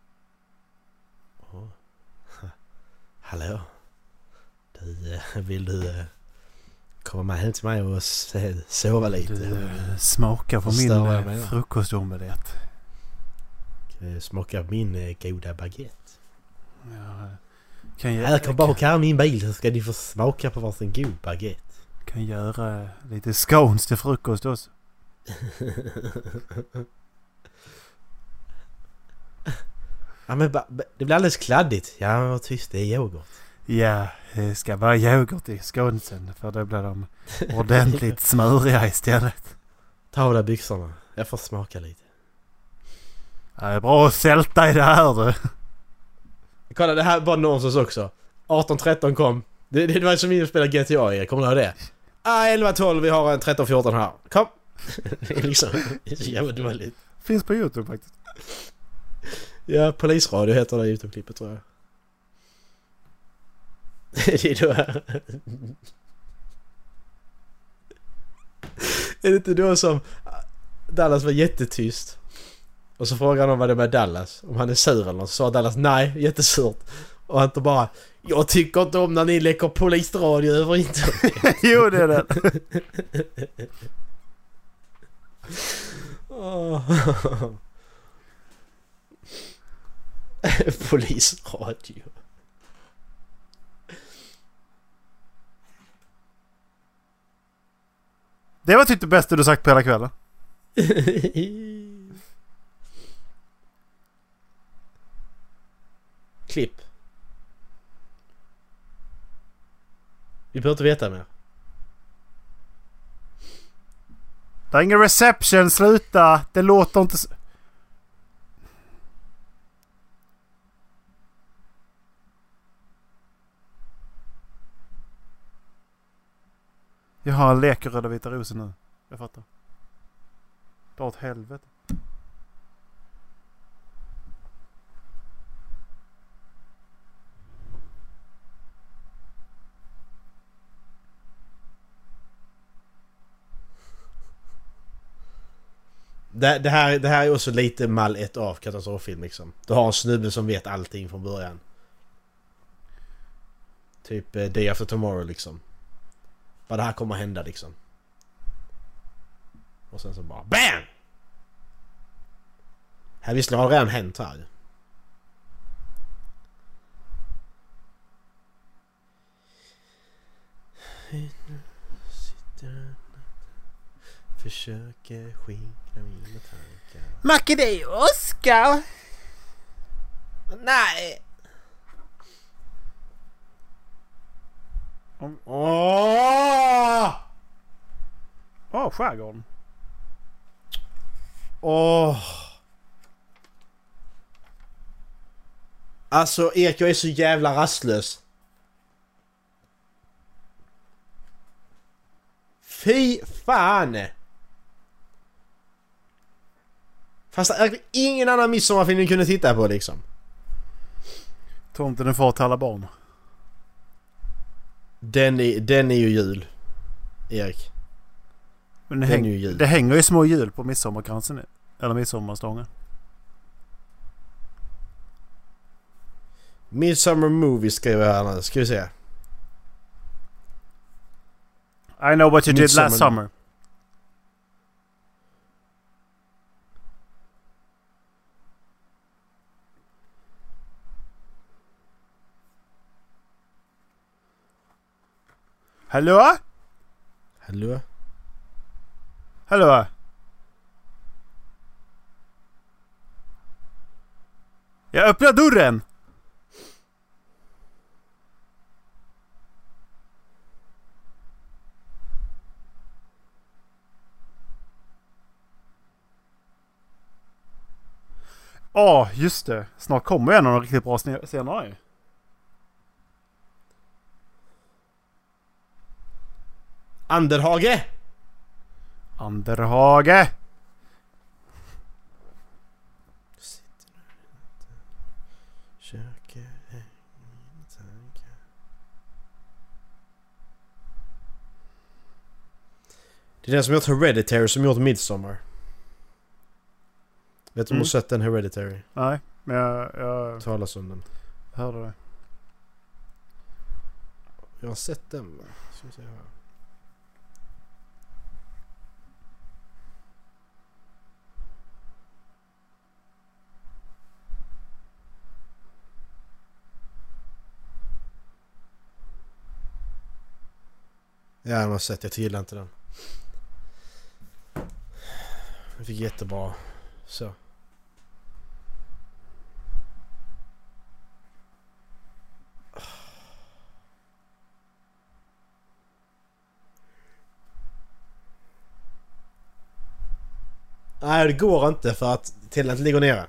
Åh. Hallå. Du, vill du komma med hem till mig och sova lite? Du smaka på min frukostomelett. Smaka på min goda baguette. Ja. Kan jag, jag kan bara åka min bil så ska ni få smaka på varsin god baguette. Kan göra lite scones till frukost också. Ja, men ba, ba, det blir alldeles kladdigt. Ja, men vad tyst, det är yoghurt. Ja, det ska vara yoghurt i sconesen för då blir de ordentligt smöriga istället. Ta av där byxorna. Jag får smaka lite. Ja, det är bra att sälta i det här du. Kolla, det här var nonsens också. arton tretton kom. Det, det var som att spela G T A, Erik. Kommer du ihåg det? Ah, elva tolv, vi har en tretton fjorton här. Kom! Det är liksom, det är så jävla dåligt. Finns på YouTube faktiskt. Ja, Polisradio heter det YouTube-klippet, tror jag. Det är då... Är det inte då som Dallas var jättetyst? Och så frågade han vad det är med Dallas. Om han är sur eller något. Så sa Dallas nej, jättesurt. Och han bara, jag tycker inte om när ni läcker polisradio över internet. Jo, det är det. Oh. Polisradio. Det var typ det bästa du sagt på hela kvällen. Klipp. Vi behöver inte veta mer. Det är ingen reception, sluta. Det låter inte så... Jag har en leker röda vita rosor nu. Jag fattar. Dra åt helvete. Det, det, här, det här är också lite mal ett av katastroffilm liksom. Du har en snubbe som vet allting från början. Typ uh, Day After Tomorrow liksom. vad det här kommer att hända liksom. Och sen så bara BAM! Här visserligen har det redan hänt här ju. Försöker skingra mina tankar. Macke, det är ju Oskar! Nej! Om... Åh! Åh, oh, skärgården. Åh! Alltså Erik, jag är så jävla rastlös. Fy fan! Fast det är ingen annan midsommarfilm kunde titta på liksom. Tomten är far till alla barn. Den är, den är ju jul, Erik. Men det, den häng, är ju jul. det hänger ju små jul på midsommarkransen. Eller midsommarstången. Midsummer Movie skriver jag här nu. Ska vi se. I know what you did Midsommar. last summer. Hallå? Hallå? Hallå? Jag öppnar dörren! Ja, oh, just det. Snart kommer en av de riktigt bra scenerna. Anderhage! Anderhage! Det är den som gjort Hereditary som gjort Midsommar. Vet du om Mm. du har sett den Hereditary? Nej, men jag, jag Talas om den. hörde det. Jag har sett den. Va? Ska vi se här. Ja, jag har sett. Jag gillar inte den. Jag fick jättebra. Så. Nej, det går inte för att Telnet ligger nere.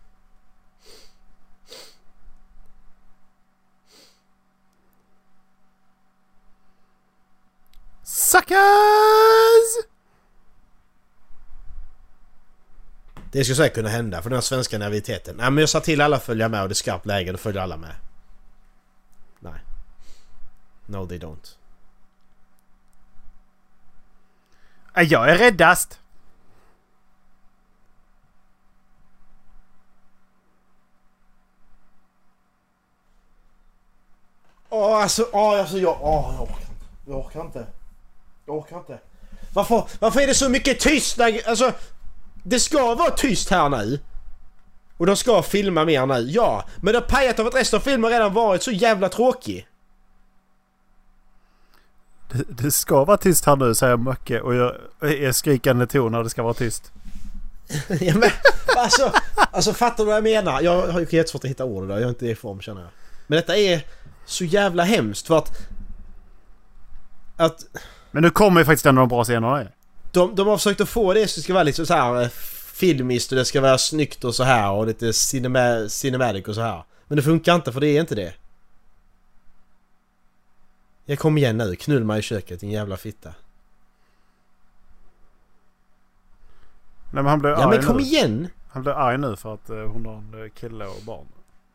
Suckers! Det ska säkert kunna hända för den här svenska naiviteten. Nej, men jag sa till alla följa med och det är skarpt läge, då följer alla med. Nej. No, they don't. Jag är räddast. Åh, alltså, åh, alltså jag, åh, jag orkar inte. Jag orkar inte. Jag orkar inte. Varför, varför är det så mycket tyst? Alltså, det ska vara tyst här nu. Och de ska filma mer nu, ja. Men det har pajat av att resten av filmen redan varit så jävla tråkig. Det, det ska vara tyst här nu, säger Möcke. Och jag är skrikande ton när det ska vara tyst. Ja, men, alltså, alltså, fattar du vad jag menar? Jag har ju jättesvårt att hitta ord där. Jag är inte i form, känner jag. Men detta är så jävla hemskt för att... att Men nu kommer ju faktiskt en av de bra scenerna. de, de har försökt att få det så det ska vara lite så här eh, filmiskt och det ska vara snyggt och så här och lite cinema, cinematic och så här. Men det funkar inte för det är inte det. Jag kommer igen nu, knull mig i köket, din jävla fitta. Nej, men han blir Ja, arg men kom nu. igen! Han blir arg nu för att uh, hon har en uh, kille och barn.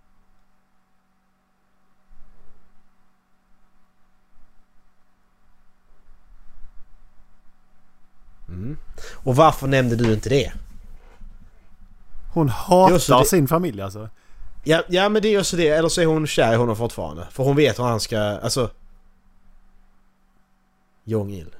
Mm. Och varför nämnde du inte det? Hon hatar det... sin familj alltså. Ja, ja, men det är också det. Eller så är hon kär i honom fortfarande. För hon vet hur han ska... Alltså... Jong-Il.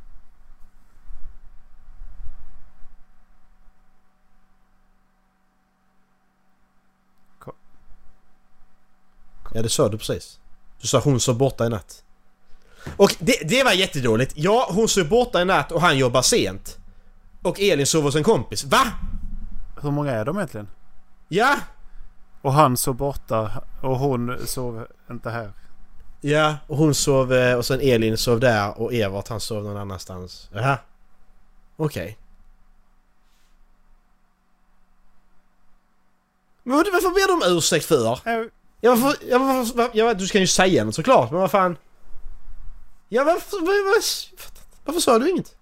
Ja, det sa du precis. Du sa hon sov borta i natt. Och det, det var jättedåligt. Ja, hon sov borta i natt och han jobbar sent. Och Elin sov hos en kompis. Va? Hur många är de egentligen? Ja. Och han sov borta och hon sov inte här. Ja, och hon sov och sen Elin sov där och Evert han sov någon annanstans. Jaha. Okej. Okay. Men varför ber de om ursäkt för? Äh. Ja, varför, ja, varför, ja, du ska ju säga något såklart, men vad fan? Ja, varför, varför, varför sa du inget?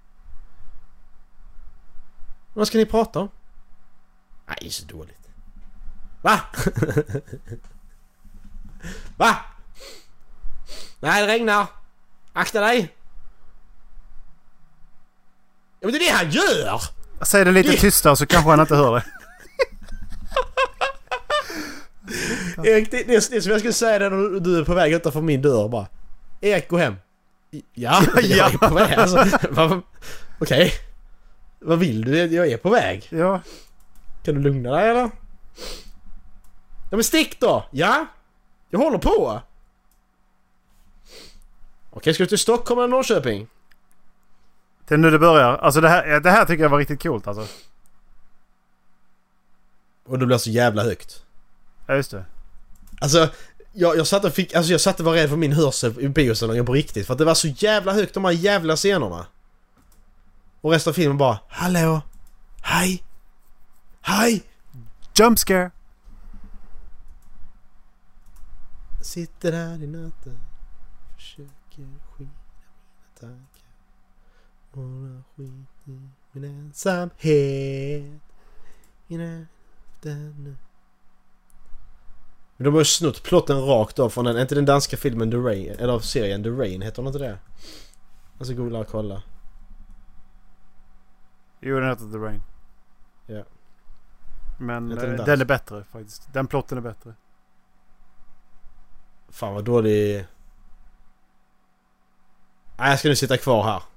Vad ska ni prata om? Nej, det är så dåligt. Va? Va? Nej, det regnar. Akta dig. Ja, men det är det han gör. Säg det lite det... tystare så kanske han inte hör det. Erik, det, det, det som jag skulle säga när du är på väg utanför min dörr bara. Erik, gå hem. Ja, jag är på väg. Alltså, okej. Okay. Vad vill du? Jag är på väg. Ja. Kan du lugna dig eller? Ja, men stick då. Ja. Jag håller på. Okej, okay, ska du till Stockholm eller Norrköping? Det är nu det börjar. Alltså det här, det här tycker jag var riktigt coolt alltså. Och det blir så jävla högt. Ja, just det. Alltså, jag, jag satt och fick, alltså jag satt och var rädd för min hörsel i biosalongen på riktigt. För att det var så jävla högt, de här jävla scenerna. Och resten av filmen bara, hallå, hej, hej. Jump scare. Sitter här i natten, försöker skina mina tankar. Bara skit i min ensamhet. I natten. Men de har ju snott plotten rakt av från den, inte den danska filmen The Rain, eller av serien The Rain, heter den inte det? Alltså googla och kolla. Jo, den heter The Rain. Ja. Men den, den är bättre faktiskt. Den plotten är bättre. Fan vad dålig. Nej, jag ska nu sitta kvar här.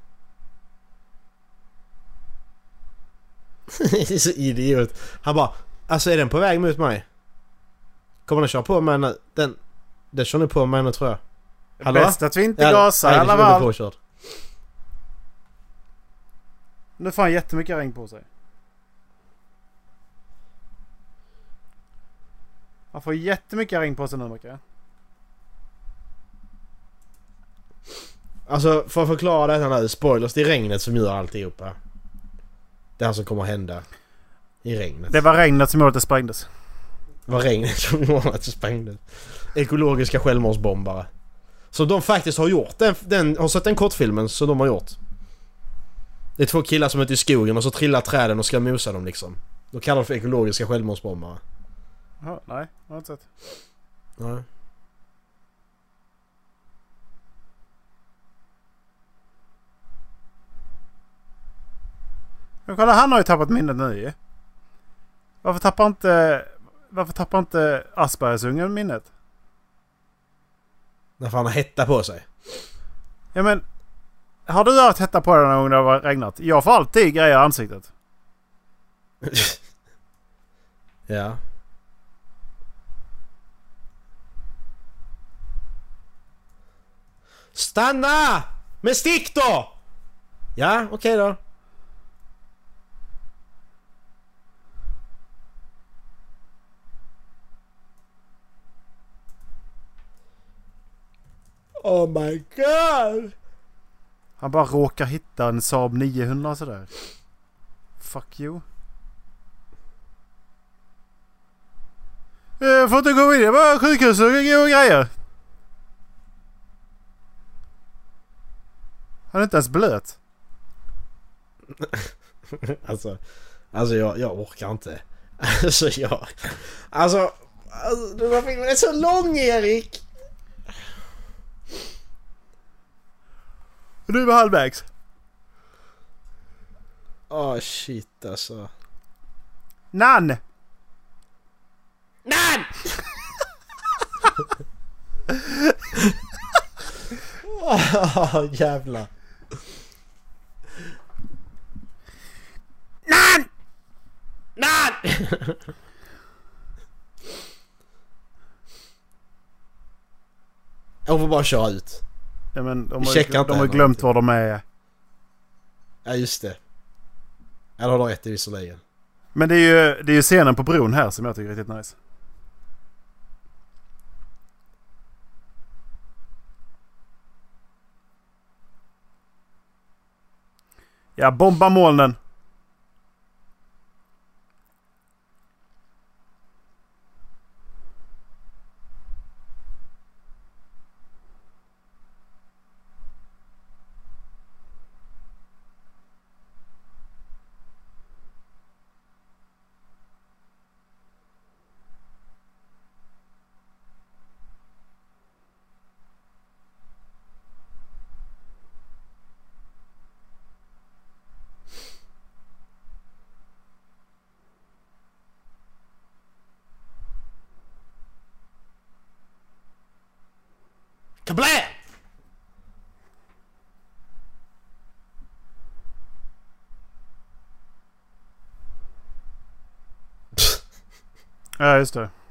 Det är så idiot. Han bara, alltså är den på väg mot mig? Kommer den köra på mig? Den, den, den kör nu på mig nu tror jag. Hallå? Bäst att vi inte ja, gasar i alla fall. Nu får han jättemycket regn på sig. Han får jättemycket regn på sig nu, mycket. Alltså, för att förklara det här, spoilers, det är regnet som gör alltihopa. Det här som kommer att hända i regnet. Det var regnet som gjorde att det sprängdes. Det var regnet som gjorde att det sprängdes. Ekologiska självmordsbombare. Så de faktiskt har gjort den, den har sett den kortfilmen som de har gjort. Det är två killar som är ute i skogen och så trillar träden och ska mosa dem liksom. Då kallar de för ekologiska självmordsbombare. Ja, nej, jag har inte sett. Nej. Men kolla, han har ju tappat minnet nu. Varför tappar inte Varför tappar inte Aspergersungen minnet? När han har hetta på sig. Ja, men har du haft hetta på dig någon gång när det har regnat? Jag får alltid grejer i ansiktet. Ja. Stanna! Men stick då! Ja, okej okay då. Oh my god! Han bara råkar hitta en Saab niohundra sådär. Fuck you. Jag får inte gå vidare. Bara sjukhus och grejer. Han är inte ens blöt. alltså, alltså jag, jag orkar inte. Alltså jag... Alltså, alltså den här filmen är så lång, Erik! Nu är vi halvvägs. Åh oh, shit alltså. Nan! Nan! Åh oh, jävlar. Jag får bara köra ut. Ja, men de Vi har, checkar ju, inte de har än, glömt typ. var de är. Ja, just det. Eller har de rätt i visserligen. Men det är ju, det är ju scenen på bron här som jag tycker är riktigt nice. Ja, bomba molnen. Kablam! Ja, just det.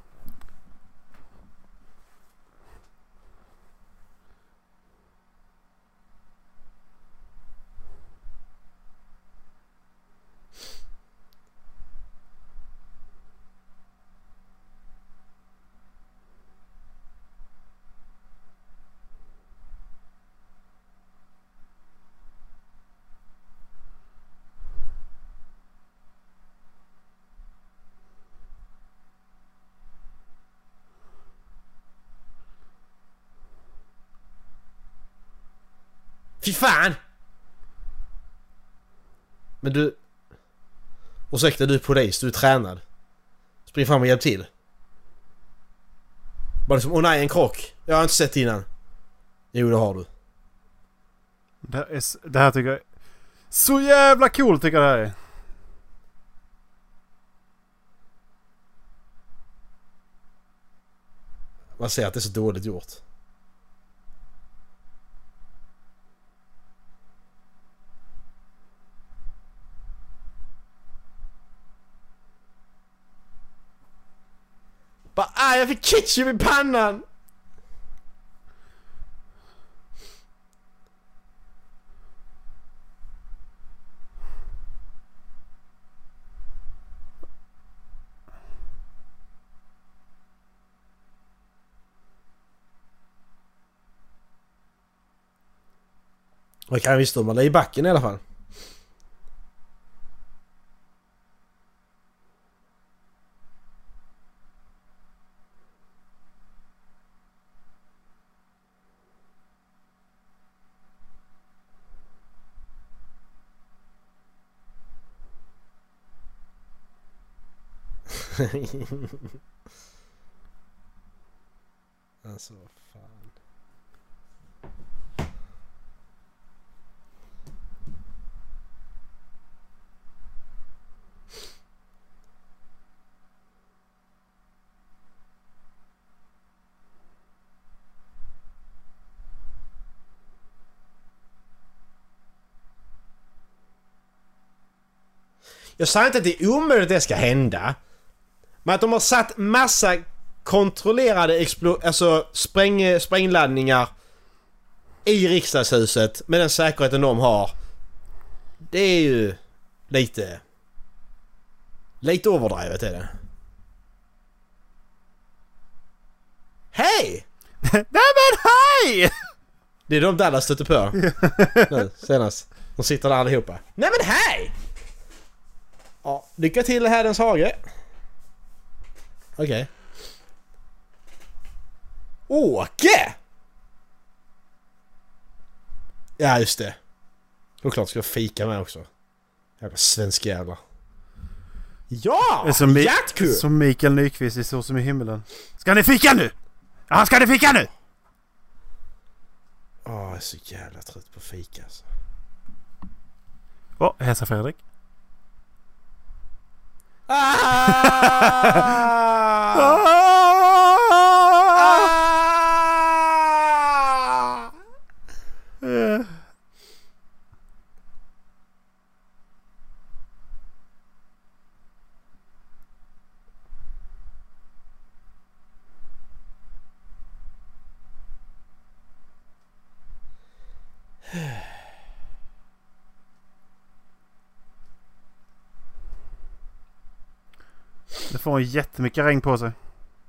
Fy fan! Men du... Ursäkta, du är polis, du är tränad. Spring fram och hjälp till. Bara liksom, åh nej, en krock. Jag har inte sett innan. Jo, det har du. Det här, är, det här tycker jag är så jävla cool, tycker jag det här är. Man ser att det är så dåligt gjort. Bara, ah, jag fick ketchup i pannan! Man kan visst de är i backen i alla fall. Alltså, vad fan. Jag säger inte att det är omöjligt att det ska hända. Men att de har satt massa kontrollerade explo- alltså spräng- sprängladdningar i riksdagshuset med den säkerheten de har. Det är ju lite... Lite overdrivet är det. Hej! Nej men hej! Det är de Dallas stötte på. Nu, senast. De sitter där allihopa. Nej men hej! Ja, lycka till i Härdens hage. Okej. Okay. Åke! Ja, just det. Såklart ska jag fika med också. Jävla svensk jävla. Ja! Som, Mi- jättekul! som Mikael Nyqvist i Så som i himmelen. Ska ni fika nu? Ja, ska ni fika nu? Åh, oh, jag är så jävla trött på fika alltså. Åh, oh, hälsa Fredrik. Ah! Uh. Det får jättemycket regn på sig.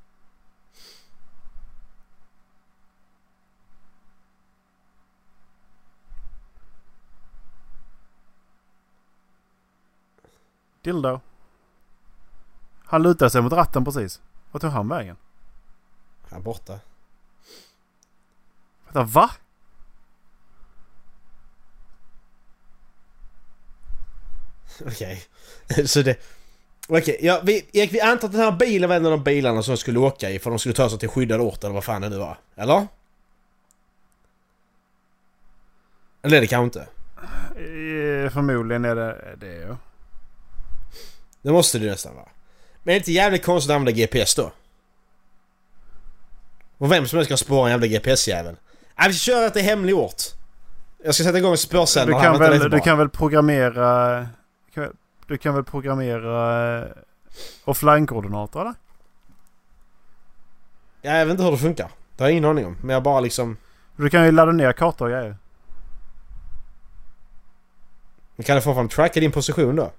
Dildo. Han lutade sig mot ratten precis. Vad tog han vägen? Han är borta. Vänta, va? Okej. Okay. Så det... Okej, okay. ja, vi, Erik, vi antar att den här bilen var en av de bilarna som skulle åka i för de skulle ta sig till skyddad ort eller vad fan det nu var. Eller? Eller är det kanske inte? E- förmodligen är det det, ja. Det måste det nästan vara. Men det är inte jävligt konstigt att använda G P S då? Och vem som helst kan spåra en jävla G P S-jävel. Nej, vi ska köra till hemlig ort. Jag ska sätta igång en spårsändare. Du kan väl, du kan väl programmera... Du kan väl programmera offline-koordinater, eller? Jag vet inte hur det funkar. Det har jag ingen aning om. Men jag bara liksom... Du kan ju ladda ner kartor och grejer. Men kan du få fram tracka din position då?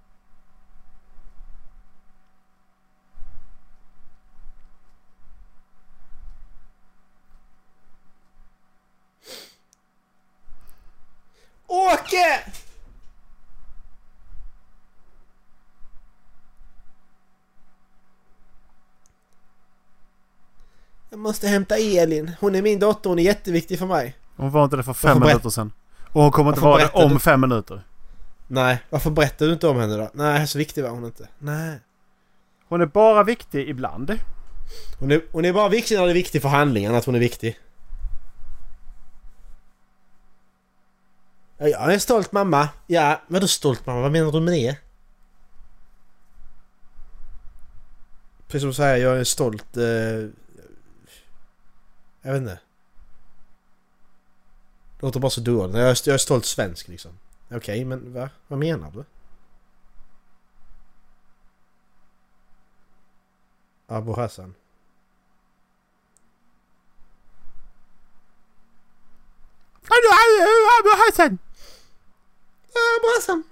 Åke! Jag måste hämta Elin. Hon är min dotter, hon är jätteviktig för mig. Hon var inte det för fem minuter sedan. Och hon kommer inte vara det om fem minuter. Nej, varför berättar du inte om henne då? Nej, så viktig var hon inte. Nej. Hon är bara viktig ibland. Hon är, hon är bara viktig när det är viktig för handlingen, att hon är viktig. Ja, jag är en stolt mamma. Ja, men du stolt mamma? Vad menar du med det? Precis som du säger, jag är en stolt... Eh, jag vet inte. Det låter bara så dåligt. Jag är, jag är stolt svensk liksom. Okej, okay, men va? Vad menar du? Abu Hassan. Abu Hassan! Abu Hassan!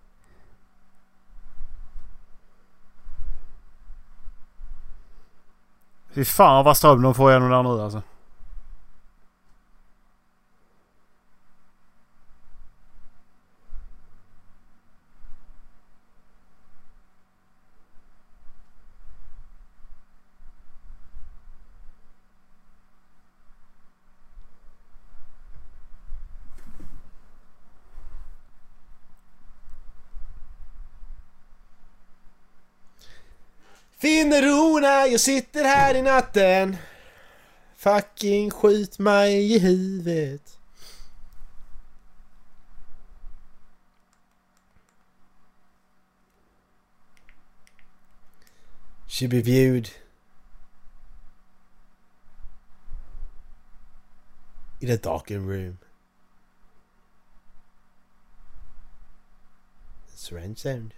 Fy fan vad ström de får igenom där nu alltså. Finnerona, jag sitter här i natten. Fucking skjut mig i huvudet. She be viewed in a darkened room. Surround sound.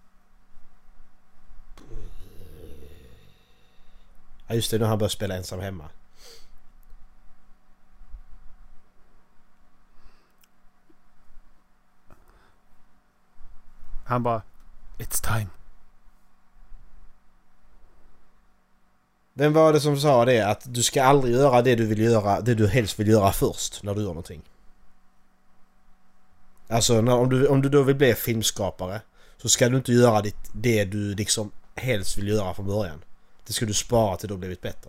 Ja just det, nu har han börjat spela ensam hemma. Han bara... It's time. Vem var det som sa det? Att du ska aldrig göra det du vill göra, det du helst vill göra först när du gör någonting. Alltså när, om, du, om du då vill bli filmskapare så ska du inte göra ditt, det du liksom helst vill göra från början. Det ska du spara till du har blivit bättre.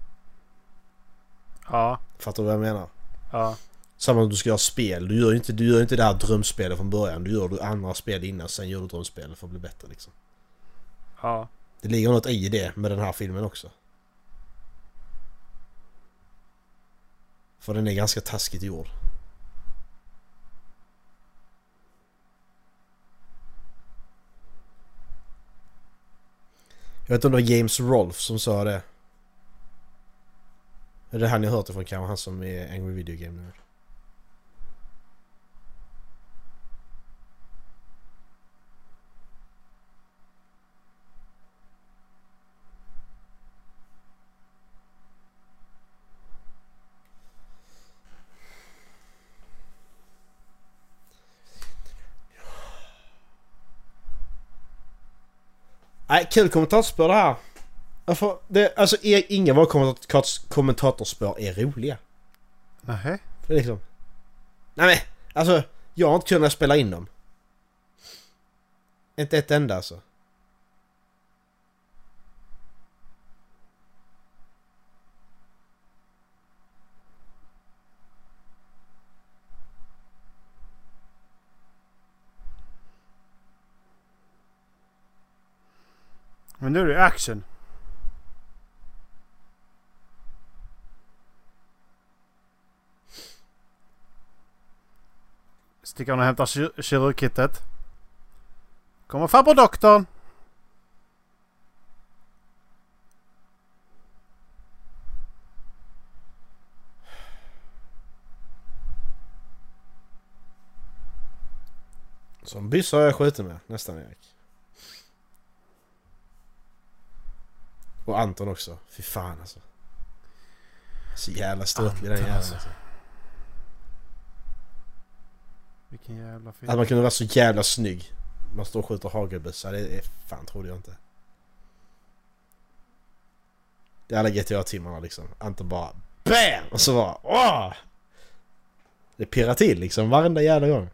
Ja. Fattar du vad jag menar? Ja. Samma om du ska göra spel. Du gör ju inte, du gör inte det här drömspelet från början. Du gör du andra spel innan, sen gör du drömspel för att bli bättre liksom. Ja. Det ligger något i det med den här filmen också. För den är ganska taskigt gjord. Jag vet inte om det var James Rolfe som sa det. Är det han jag hört ifrån kanske? Han som är Angry Video Game Nerd. Nej, kul kommentatorspår det här. Varför, det, alltså ingen av våra kommentat- kommentatorspår är roliga. Nähä? Det är liksom... Nej men, alltså jag har inte kunnat spela in dem. Inte ett enda alltså. Men nu är det action. Sticker han och hämtar kyr- kirurgkittet. Kommer farbror doktorn. Som byssa har jag skjutit med nästan, Erik. Och Anton också. Fy fan alltså. Så jävla ståtlig den jäveln alltså. Vilken jävla film. Att man kunde vara så jävla snygg. Man står och skjuter hagelbössa. Det är fan, trodde jag inte. Det är alla G T A-timmarna liksom. Anton bara BAM! Och så bara åh! Det pirrar till liksom varenda jävla gång.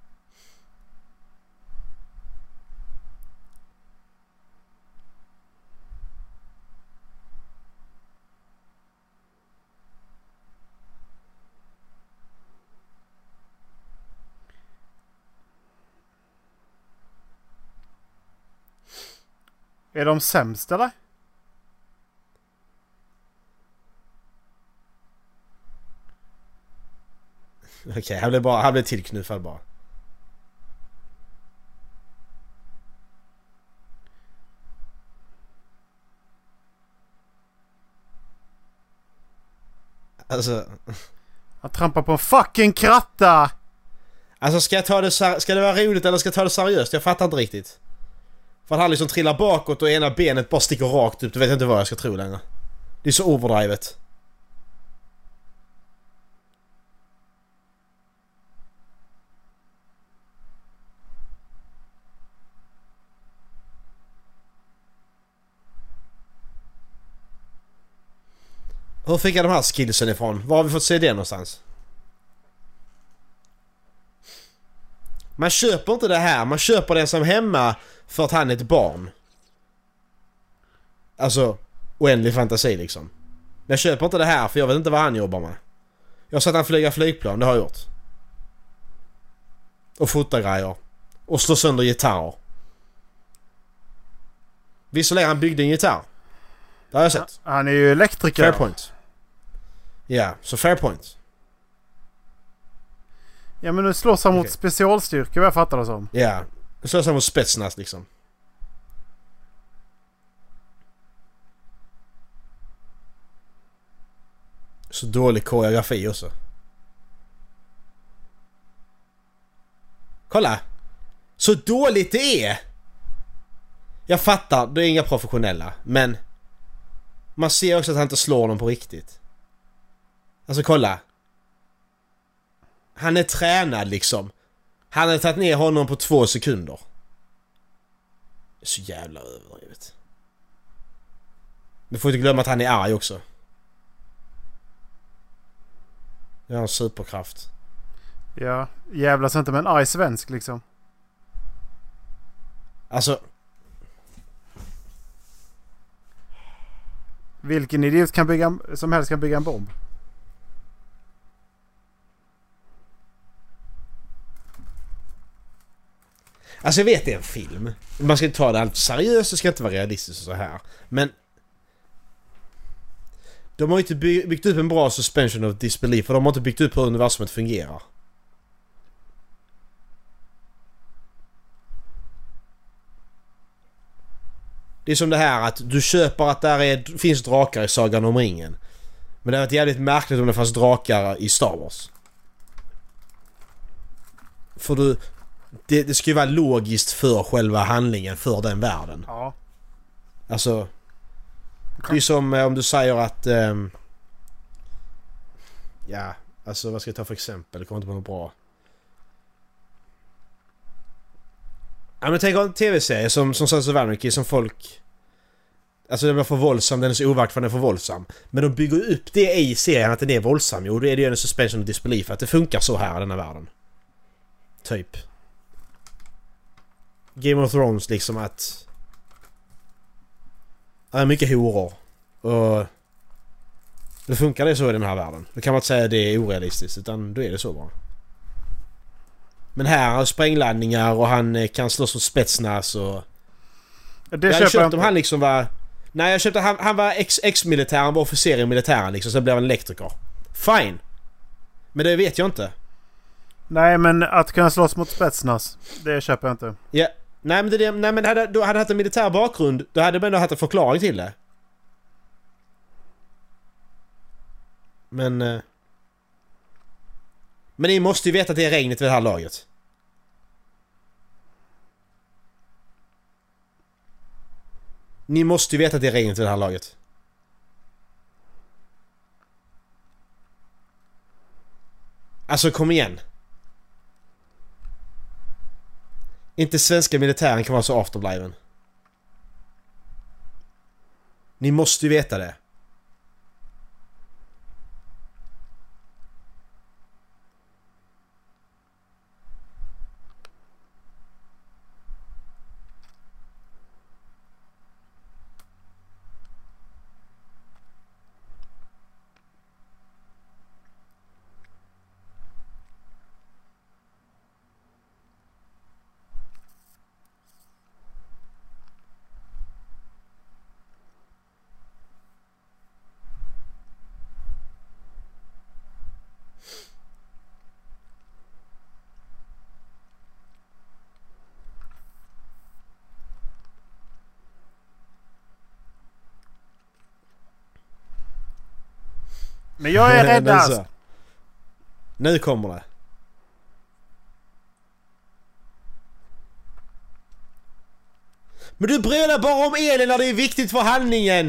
Är de sämst eller? Okej, okay, han blev bara han blev tillknuffad bara. Alltså Han trampar på en fucking kratta. Alltså ska jag ta det ska det vara roligt eller ska jag ta det seriöst? Jag fattar inte riktigt. För att han liksom trillar bakåt och ena benet bara sticker rakt upp. Då vet jag inte vad jag ska tro längre. Det är så overdrivet. Hur fick jag de här skillsen ifrån? Var har vi fått se det någonstans? Man köper inte det här. Man köper det som hemma för att han är ett barn. Alltså, oändlig fantasi liksom. Men jag köper inte det här för jag vet inte vad han jobbar med. Jag har sett han flyga flygplan, det har jag gjort. Och fota grejer. Och slå sönder gitarrer. Visserligen han byggde en gitarr. Det har jag sett. Han är ju elektriker. Fair point. Ja, så fair point. Ja, men nu slåss han mot Okay. specialstyrkor, vad jag fattar det som. Ja, nu slåss han mot Spetsnaz liksom. Så dålig koreografi också. Kolla! Så dåligt det är! Jag fattar, det är inga professionella. Men man ser också att han inte slår dem på riktigt. Alltså kolla. Han är tränad liksom. Han har tagit ner honom på två sekunder. Det är så jävla överdrivet. Men får inte glömma att han är arg också. Jag har en superkraft. Ja, jävlas inte med en arg svensk liksom. Alltså... Vilken idiot kan bygga, som helst kan bygga en bomb? Alltså jag vet det är en film. Man ska inte ta det allt seriöst, det ska inte vara realistiskt och så här. Men... De har ju inte by- byggt upp en bra suspension of disbelief. För de har inte byggt upp hur universumet fungerar. Det är som det här att du köper att där är, finns drakar i Sagan om ringen. Men det hade varit jävligt märkligt om det fanns drakar i Star Wars. För du... Det, det ska ju vara logiskt för själva handlingen, för den världen. Ja. Alltså... Det är som om du säger att... Um, ja, alltså vad ska jag ta för exempel? Det kommer inte på något bra. Ja, men tänk om en tv-serie som, som Sons of Anarchy som folk... Alltså den är för våldsam, den är så ovakt för den är för våldsam. Men de bygger upp det i serien att den är våldsam. Jo, då är det ju en suspension of disbelief att det funkar så här i den här världen. Typ. Game of Thrones liksom att... Det är mycket horor. Och... Då funkar det så i den här världen. Då kan man inte säga att det är orealistiskt, utan då är det så bara. Men här har sprängladdningar och han kan slåss mot Spetsnaz och... Det jag hade köpt jag om han liksom var... Nej, jag köpte han, han var ex, ex-militär, han var officer i militären liksom, så blev han elektriker. Fine. Men det vet jag inte. Nej, men att kunna slåss mot Spetsnaz, det köper jag inte. Ja. Nej, men, det, nej, men hade, då hade haft en militär bakgrund, då hade man ändå haft en förklaring till det. Men... Eh, men ni måste ju veta att det är regnet vid det här laget. Ni måste ju veta att det är regnet vid det här laget. Alltså, kom igen. Inte svenska militären kan vara så afterbliven. Ni måste ju veta det. Men jag är räddast. Nu kommer det. Men du brölar bara om elen när det är viktigt för handlingen.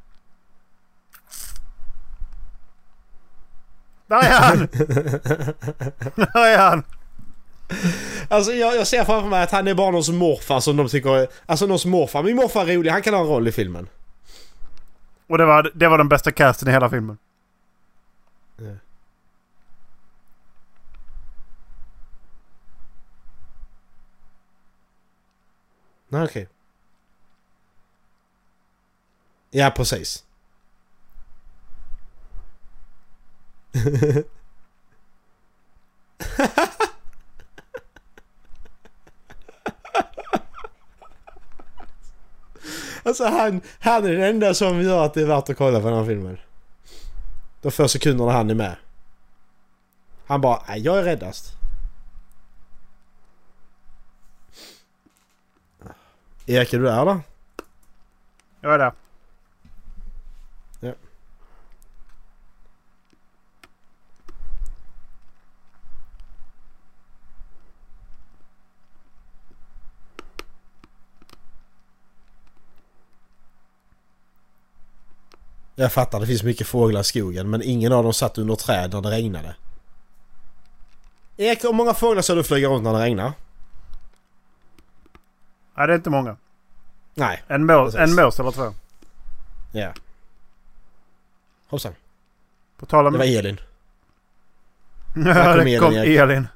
Där är han. Där är han. Alltså jag, jag ser framför mig att han är bara någons morfar som de tycker... Alltså någons morfar. Min morfar är rolig. Han kan ha en roll i filmen. Och det var, det var den bästa casten i hela filmen. Ja. Nej, okej. Okay. Ja, precis. Alltså han, han är den enda som gör att det är värt att kolla på den här filmen. De få sekunderna han är med. Han bara, nej, jag är räddast. Erik, är du där eller? Jag är där. Ja. Jag fattar, det finns mycket fåglar i skogen, men ingen av dem satt under träd när det regnade. Erik, hur många fåglar så du flyger runt när det regnar? Nej, det är inte många. Nej. En mås, en mås eller två. Ja. Hoppsan. På tal om... Det var Elin. Ja, det kom Elin. Elin.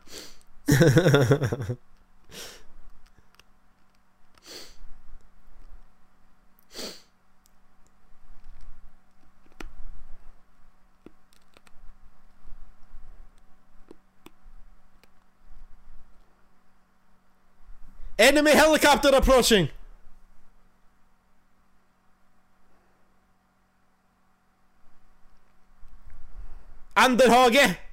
Enemy helicopter approaching! Anderhage!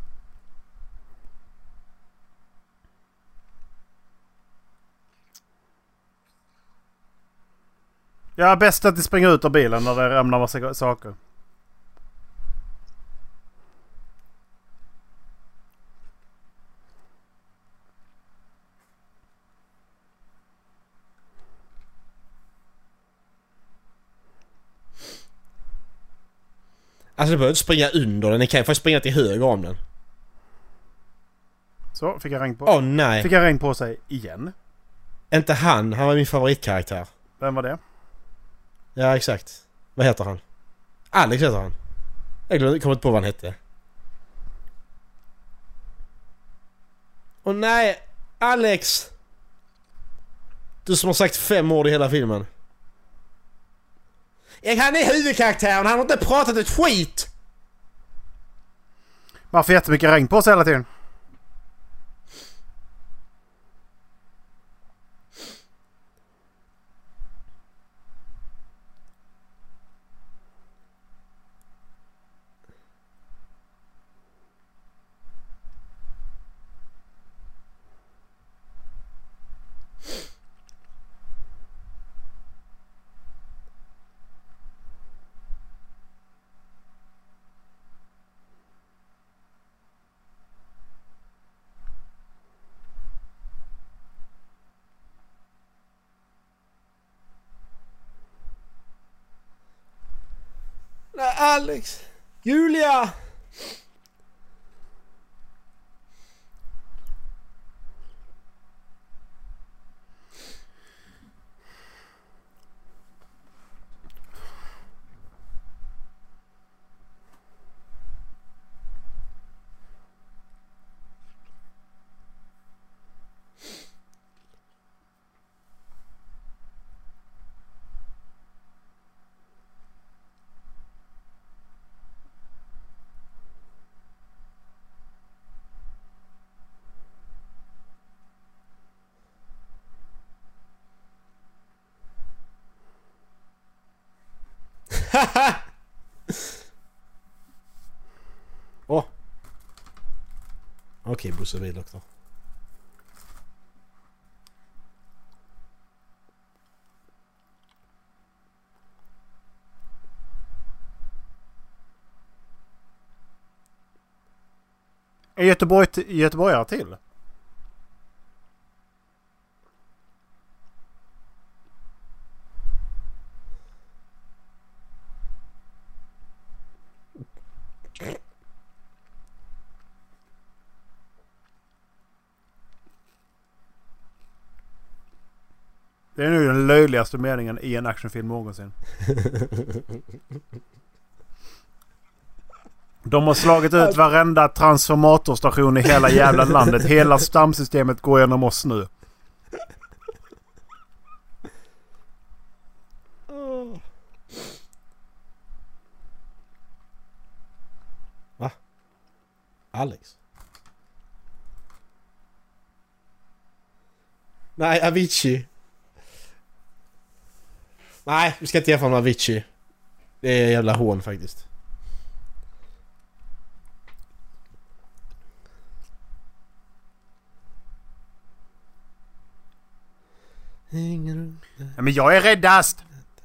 Ja, bäst att de springer ut av bilen när det ramlar massa saker. Alltså du behöver inte springa under den, ni kan ju faktiskt springa till höger om den. Så, fick jag regn på. Åh oh, nej. Fick jag regn på sig igen. Inte han, han var min favoritkaraktär. Vem var det? Ja, exakt. Vad heter han? Alex heter han. Jag glömde, kommer inte på vad han hette. Och nej, Alex! Du som har sagt fem ord i hela filmen. Jag, han är huvudkaraktären, han har inte pratat ett skit! Varför jättemycket regn på oss hela tiden? Nej, Alex! Julia! Åh! oh. Okej, okay, Bosse Willoch då. Är Göteborg t- Göteborgare till? Det är nu den löjligaste meningen i en actionfilm någonsin. De har slagit ut varenda transformatorstation i hela jävla landet. Hela stamsystemet går genom oss nu. Va? Alex? Nej, Avicii. Nej, vi ska inte jämföra med Avicii. Det är jävla hån faktiskt. Ja, men jag är räddast!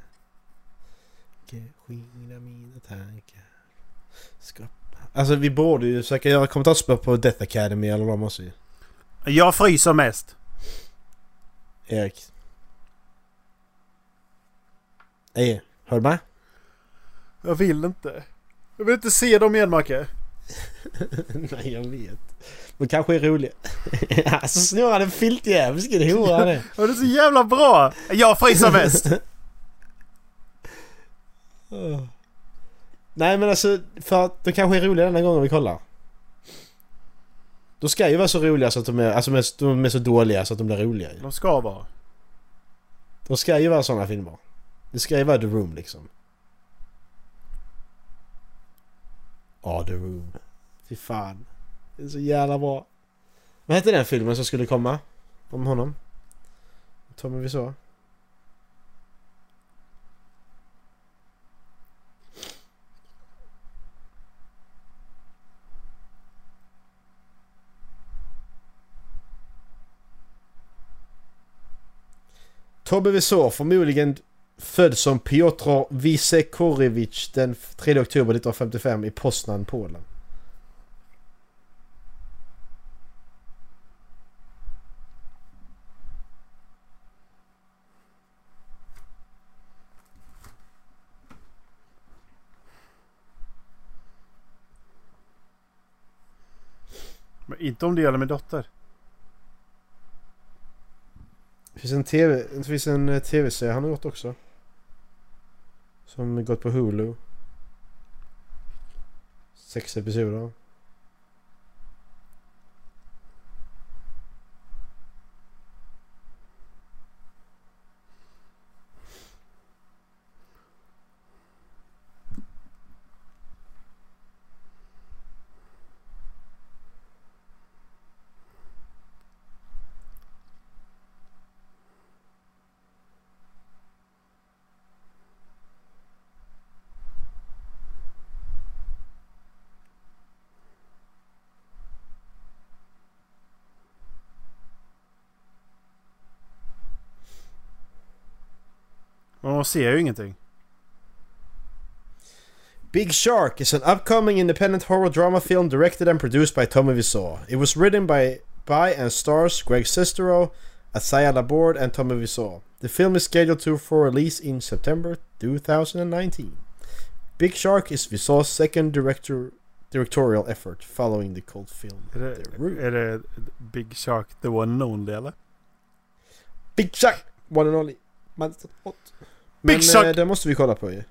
Alltså vi borde ju försöka göra kommentarsspel på Death Academy eller vad man måste ju. Jag fryser mest. Erik. Ej, hör du med? Jag vill inte. Jag vill inte se dem igen, Macke. Nej, jag vet. De kanske är roliga. Alltså snurrar den filtjävel, ska det hora det. Ja, det är så jävla bra. Jag fryser mest. oh. Nej, men alltså för att de kanske är roliga den här gången vi kollar. De ska ju vara så roliga så att de är, alltså de är så dåliga så att de blir roliga. De ska vara. De ska ju vara sådana filmer. Det ska ju vara The Room liksom. Ja, The Room. Fy fan. Det är så jävla bra. Vad hette den filmen som skulle komma? Om honom? Tommy vi så. Tobbe Wiseau, förmodligen född som Piotr Wisekorewicz den tredje oktober nittonhundrafemtiofem i Poznan, Polen. Men inte om det gäller min dotter. Det finns en tv, det finns en eh, tv-serie han har gjort också. Som gått på Hulu. Sex episoder. Men man ser ju ingenting. Big Shark is an upcoming independent horror drama film directed and produced by Tommy Wiseau. It was written by by and stars Greg Sestero, Asaya Laborde and Tommy Wiseau. The film is scheduled to for release in September twenty nineteen. Big Shark is Wiseau's second director directorial effort following the cult film. Är det, The Room. är det Big Shark the one and only eller? Big Shark! One and only. Men, Big Shark! Eh, det måste vi kolla på ju.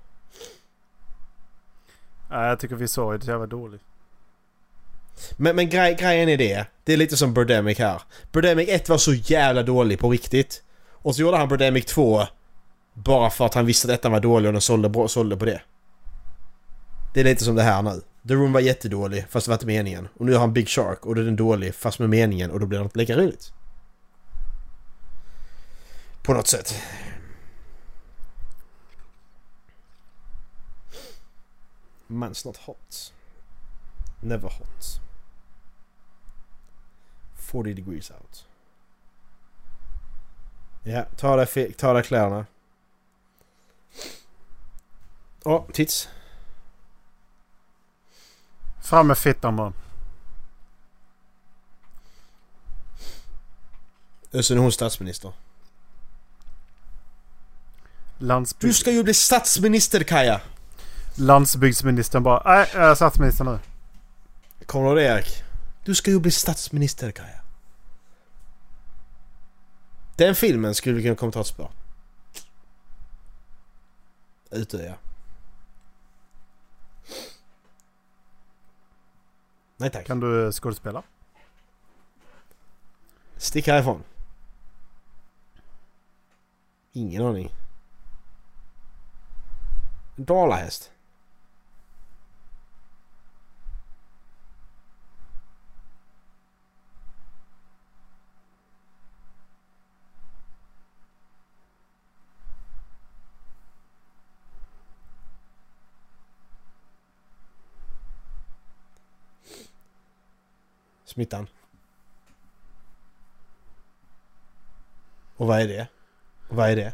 Nej, jag tycker vi såg det jävla dåligt. Men, men grej, grejen är det. Det är lite som Birdemic här. Birdemic ett var så jävla dålig på riktigt. Och så gjorde han Birdemic två bara för att han visste att detta var dålig och den sålde, bra, sålde på det. Det är lite som det här nu. The Room var jättedålig fast det var inte meningen. Och nu har han Big Shark och då är den dålig fast med meningen och då blir det inte lika roligt. På något sätt. Man's not hot. Never hot. forty degrees out. Ja, ta dig, ta dig kläderna. Åh, oh, tits. Fram med fittan bara. Sen är hon statsminister. Landsbygd... Du ska ju bli statsminister, Kaja. Landsbygdsministern bara, nej, jag är statsminister nu. Kommer du det, Erik? Du ska ju bli statsminister, Kaja. Den filmen skulle vi kunna kommentarspår. Ute, ja. Nej tack. Kan du skådespela? Stick härifrån. Ingen aning. Dalahäst. Smittan. Och vad är det? Och vad är det?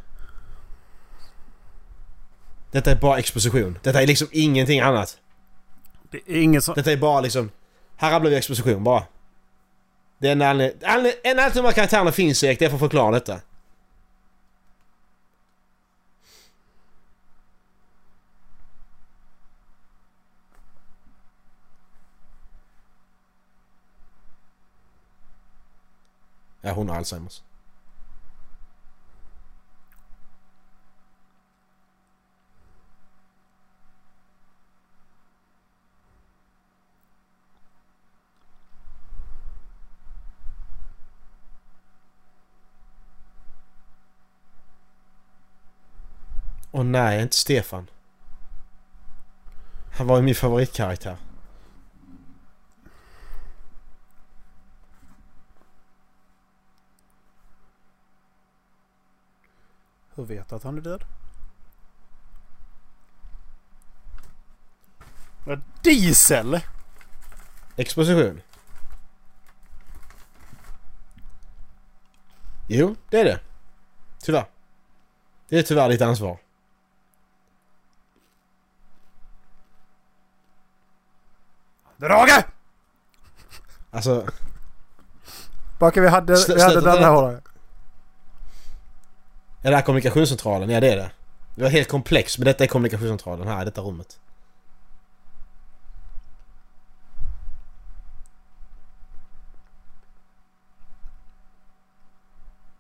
Detta är bara exposition. Detta är liksom ingenting annat. Det är ingen som... Detta är bara liksom... Här har blivit exposition bara. Det är en anledning... En anledning till att karaktärerna finns, Erik, det är för att förklara detta. Ja, hon har Alzheimers. Åh oh, nej, inte Stefan. Han var ju min favoritkaraktär. Hur vet du att han är död? Vad diesel? Exposition. Jo, det är det. Tyvärr. Det är tyvärr ditt ansvar. Drage! Alltså... Baka, vi hade, Sl- vi hade sluta, den här hållaren. Är det här kommunikationscentralen? Ja, det är det. Det var helt komplext, men detta är kommunikationscentralen här i detta rummet.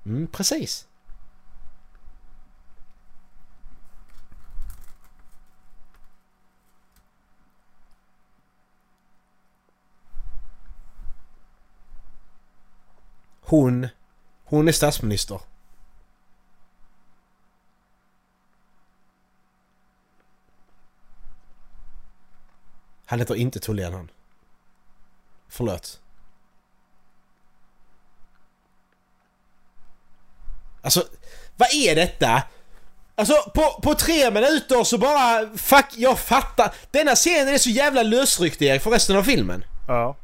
Mm, precis. Hon, hon är statsminister. Han heter inte Thulén han. Förlåt. Alltså, vad är detta? Alltså, på, på tre minuter så bara... Fuck, jag fattar. Denna scenen är så jävla lösryckt, Erik, för resten av filmen. Ja.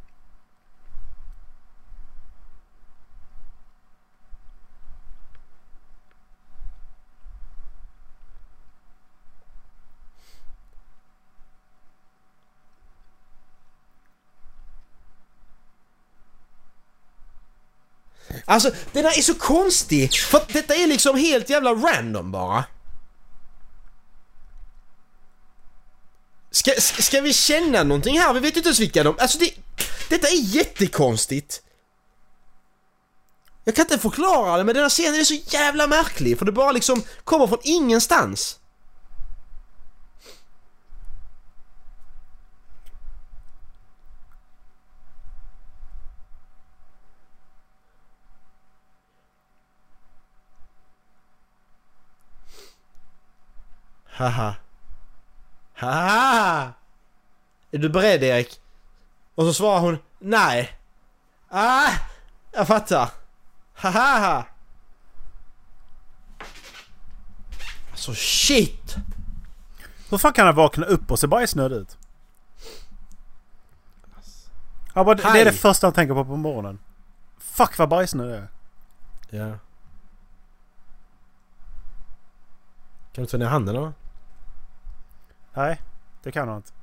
Alltså, den här är så konstig. För att detta är liksom helt jävla random bara. Ska, ska vi känna någonting här? Vi vet inte ens vilka de... Alltså, det, detta är jättekonstigt. Jag kan inte förklara det, men den här scenen är så jävla märklig. För det bara liksom kommer från ingenstans. Haha. Haha. Är du beredd, Erik? Och så svarar hon nej. Ah, jag fattar. Haha. Så shit. Hur fan kan han vakna upp och se bajsnödig ut? Ja, bara, det är det första han tänker på på morgonen. Fuck vad bajsnödig är. Ja. Kan du ta ner handen då? Nej, det kan han inte.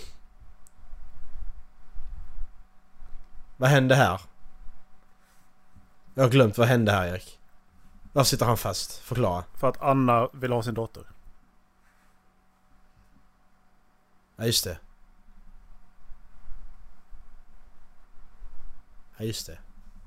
Vad hände här? Jag har glömt vad hände här, Erik. Varför sitter han fast? Förklara. För att Anna vill ha sin dotter. Ja, just det. Ja, just det.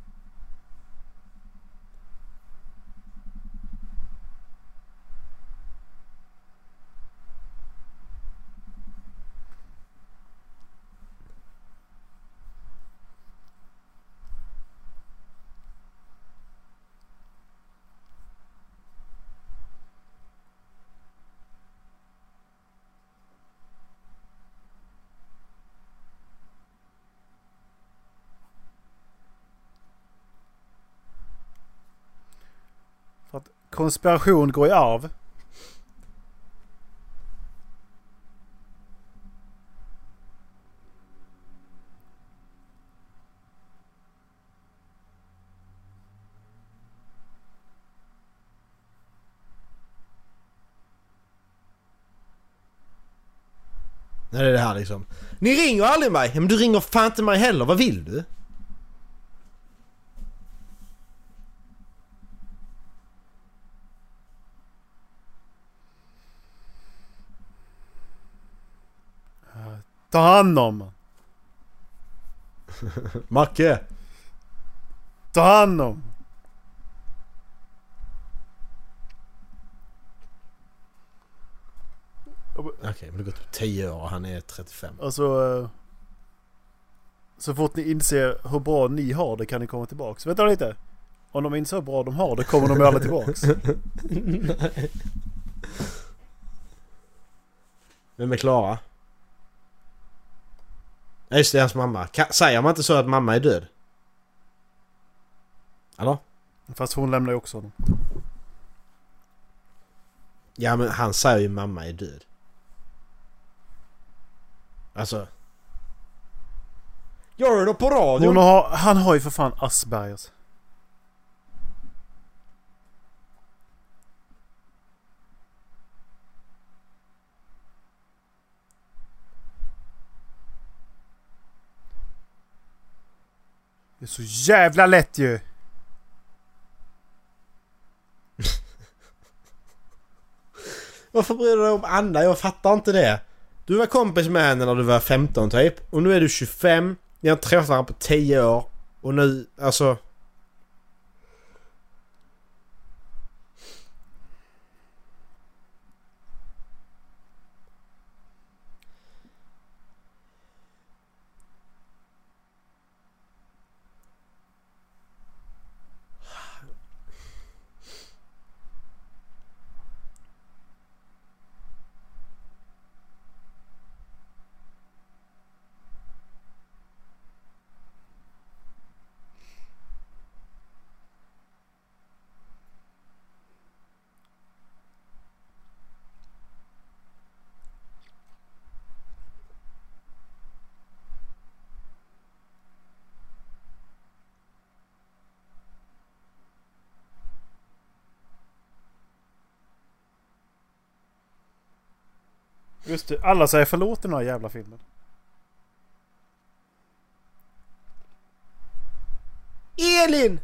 För att konspiration går i arv. Nej, det är det här liksom. Ni ringer aldrig mig. Men du ringer fan inte mig heller. Vad vill du? Ta hand om. Macke. Ta hand om. Okej, okay, men det har gått tio år och han är trettiofem. Alltså, så fort ni inser hur bra ni har det kan ni komma tillbaks. Vet du lite? Om de inser hur bra de har det kommer de alla tillbaks. Nej. Vem är Klara? Ja, just det, hans mamma. Säger man inte så att mamma är död? Hallå? Fast hon lämnar ju också honom. Ja, men han säger ju mamma är död. Alltså. Gör det på radio. Hon har, han har ju för fan Aspergers. Det är så jävla lätt ju. Varför bryr du dig om Anna? Jag fattar inte det. Du var kompis med henne när du var femton typ. Och nu är du tjugofem. Ni har träffat varandra på tio år. Och nu, alltså... Just det, alla säger förlåt i den här jävla filmen. Elin!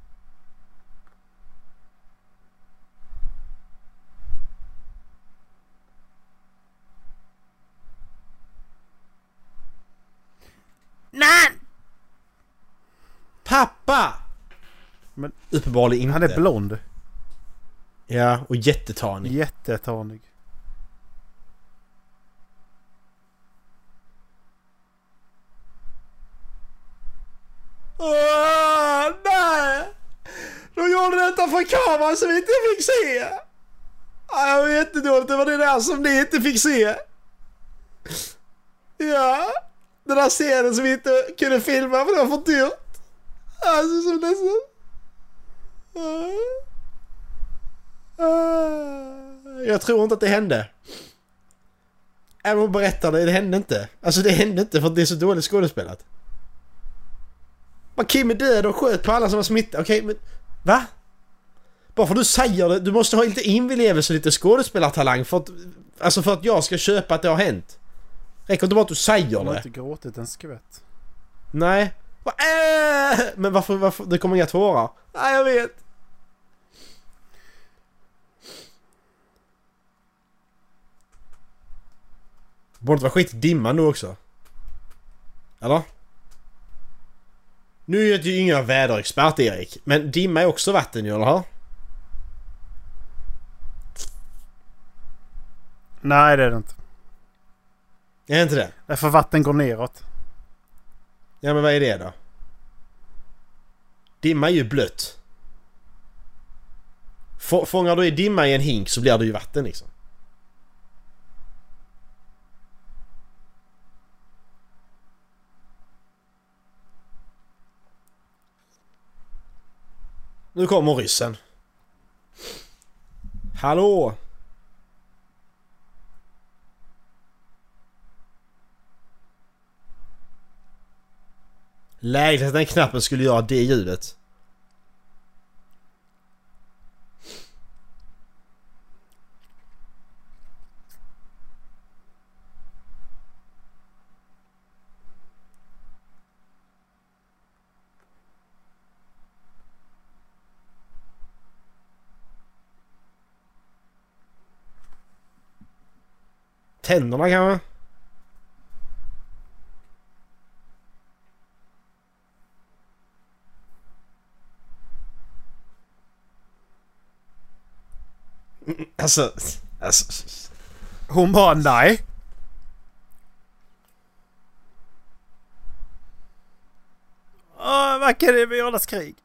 Nej! Pappa! Men uppenbarligen inte. Han är blond. Ja, och jättetanig. Jättetanig. Åh, nej! De gjorde detta för kameran som vi inte fick se. Ah, jag var jättedåligt. Det var det där som ni inte fick se. Ja, den där scenen som vi inte kunde filma för det var för dyrt. Alltså som nästan... Jag tror inte att det hände. Även om berättar det, det hände inte. Alltså det hände inte för att det är så dåligt skådespelat. Men Kim är död och sköt på alla som var smittade. Okej, okay, men... Va? Bara för att du säger det, du måste ha lite inlevelse och lite skådespelartalang för att... Alltså för att jag ska köpa att det har hänt. Räcker inte bara att du säger det. Jag har inte gråtit en skvätt. Nej. Äh! Men varför, varför? Det kommer inga tårar. Nej, jag vet. Borde inte vara skit i dimman nu också. Eller? Nu är jag ju ingen väderexpert, Erik. Men dimma är också vatten, eller hur? Nej, det är det inte. Är det inte det? Därför vatten går neråt. Ja, men vad är det då? Dimma är ju blött. F- fångar du i dimma i en hink så blir det ju vatten liksom. Nu kommer ryssen. Hallå? Lägligt att den knappen skulle göra det ljudet. Tänderna kanske? Alltså, alltså... Hon bara nej. Åh, verkar det med allas krig?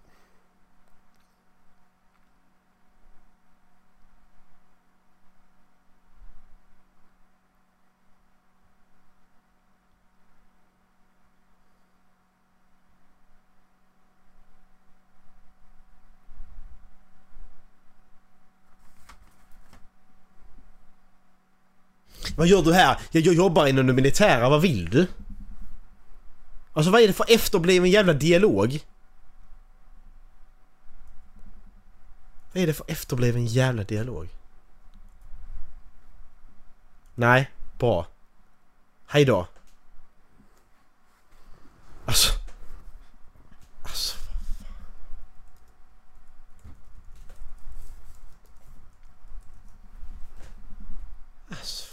Vad gör du här? Jag, jag jobbar inom det militära, vad vill du? Alltså vad är det för efterbliven jävla dialog? Vad är det för efterbliven jävla dialog? Nej, bra. Hej då. Alltså... Alltså... Alltså...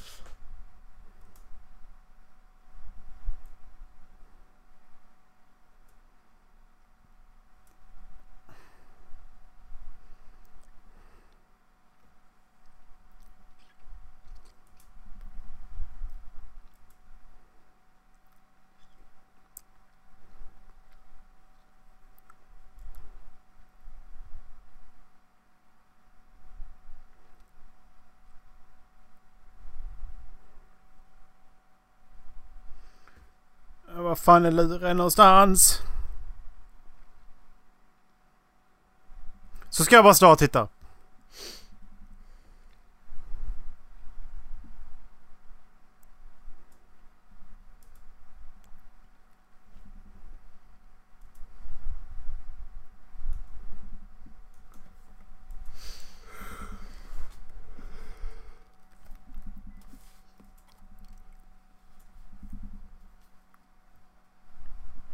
Vad fan är luren någonstans? Så ska jag bara stå och titta.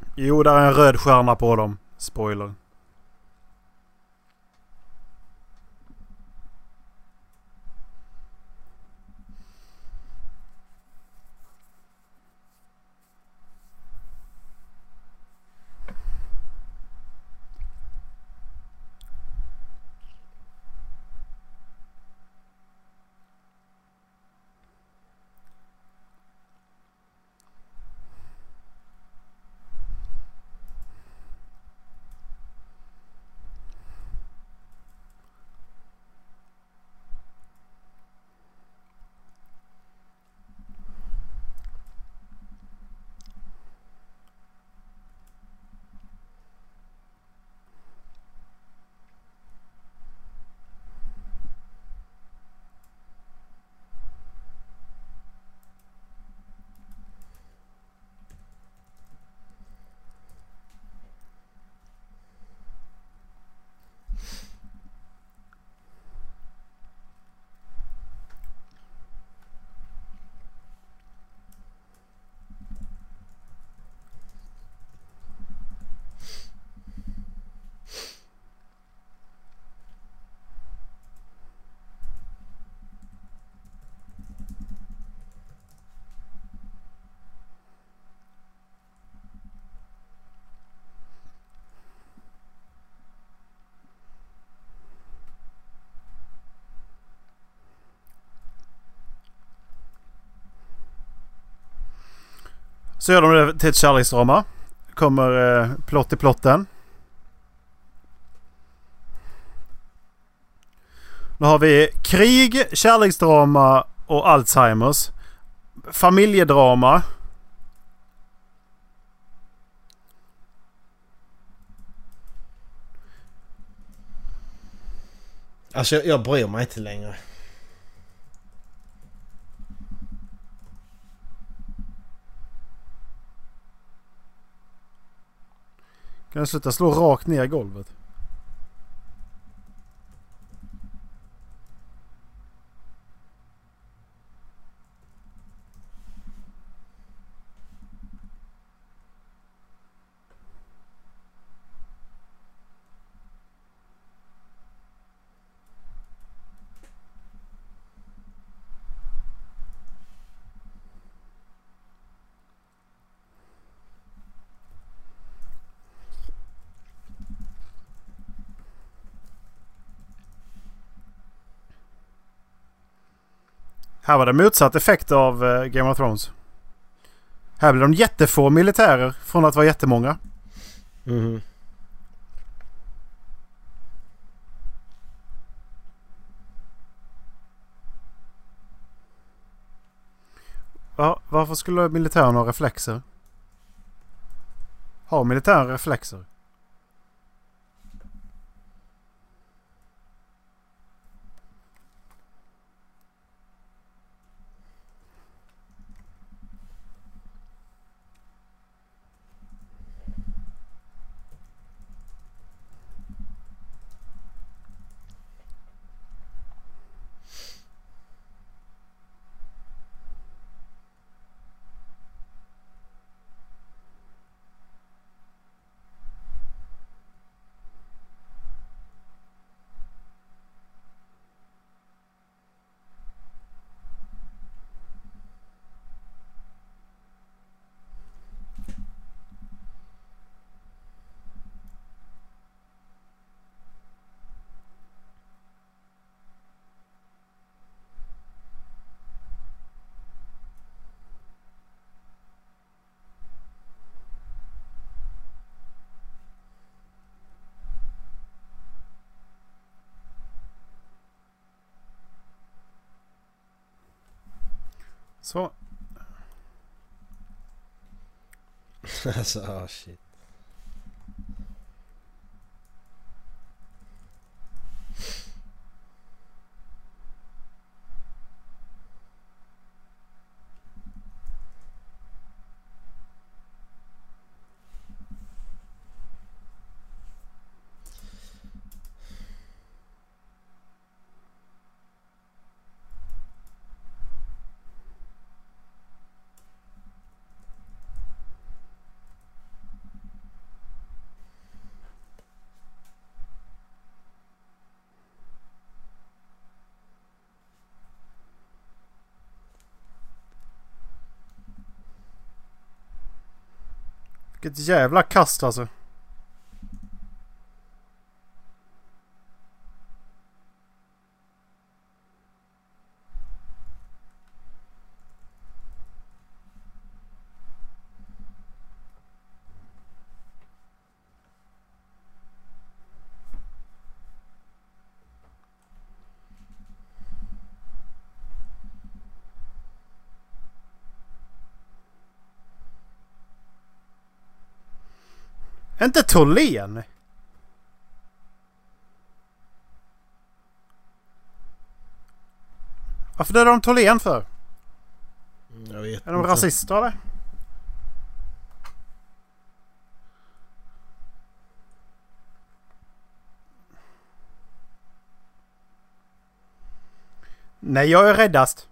Jo, där är en röd stjärna på dem. Spoiler. Så gör de det till ett kärleksdrama. Kommer eh, plott i plotten. Nu har vi krig, kärleksdrama och Alzheimers. Familjedrama. Alltså jag, jag bryr mig inte längre. Kan jag sluta slå rakt ner i golvet? Här var det motsatt effekt av uh, Game of Thrones. Här blir de jättefå militärer från att vara jättemånga. Mhm. Va? Varför skulle militären ha reflexer? Har militären reflexer? Så. Alltså, oh shit. Vilket jävla kast alltså. Inte Tholén. Varför är de Tholén för? Jag vet Är de inte. rasister eller? Nej, jag är räddast.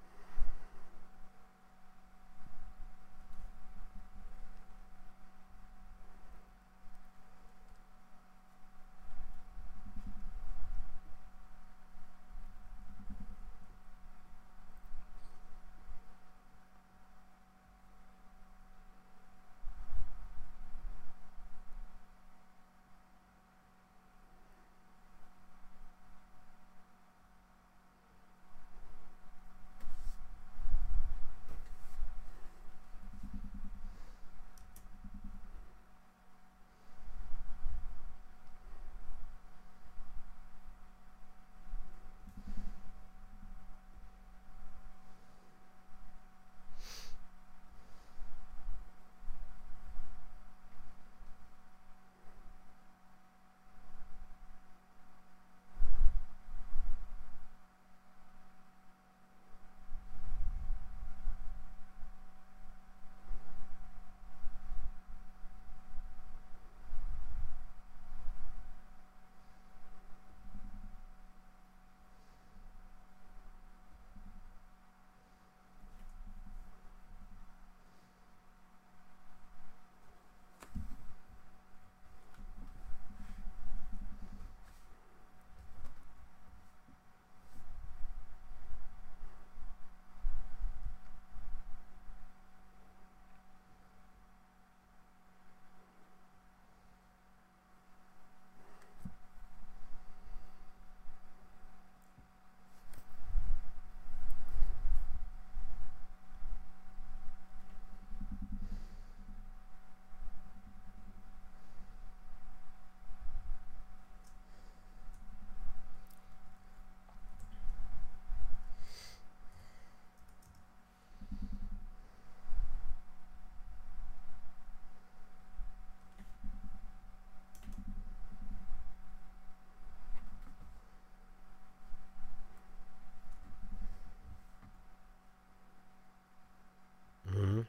Mm.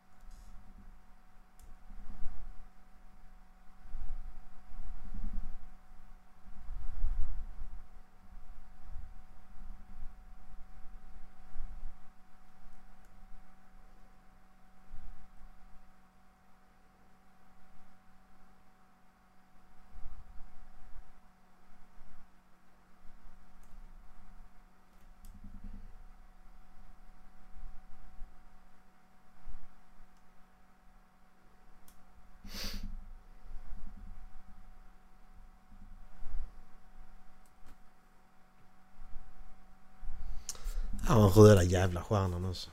Ja, den röda jävla stjärnan alltså.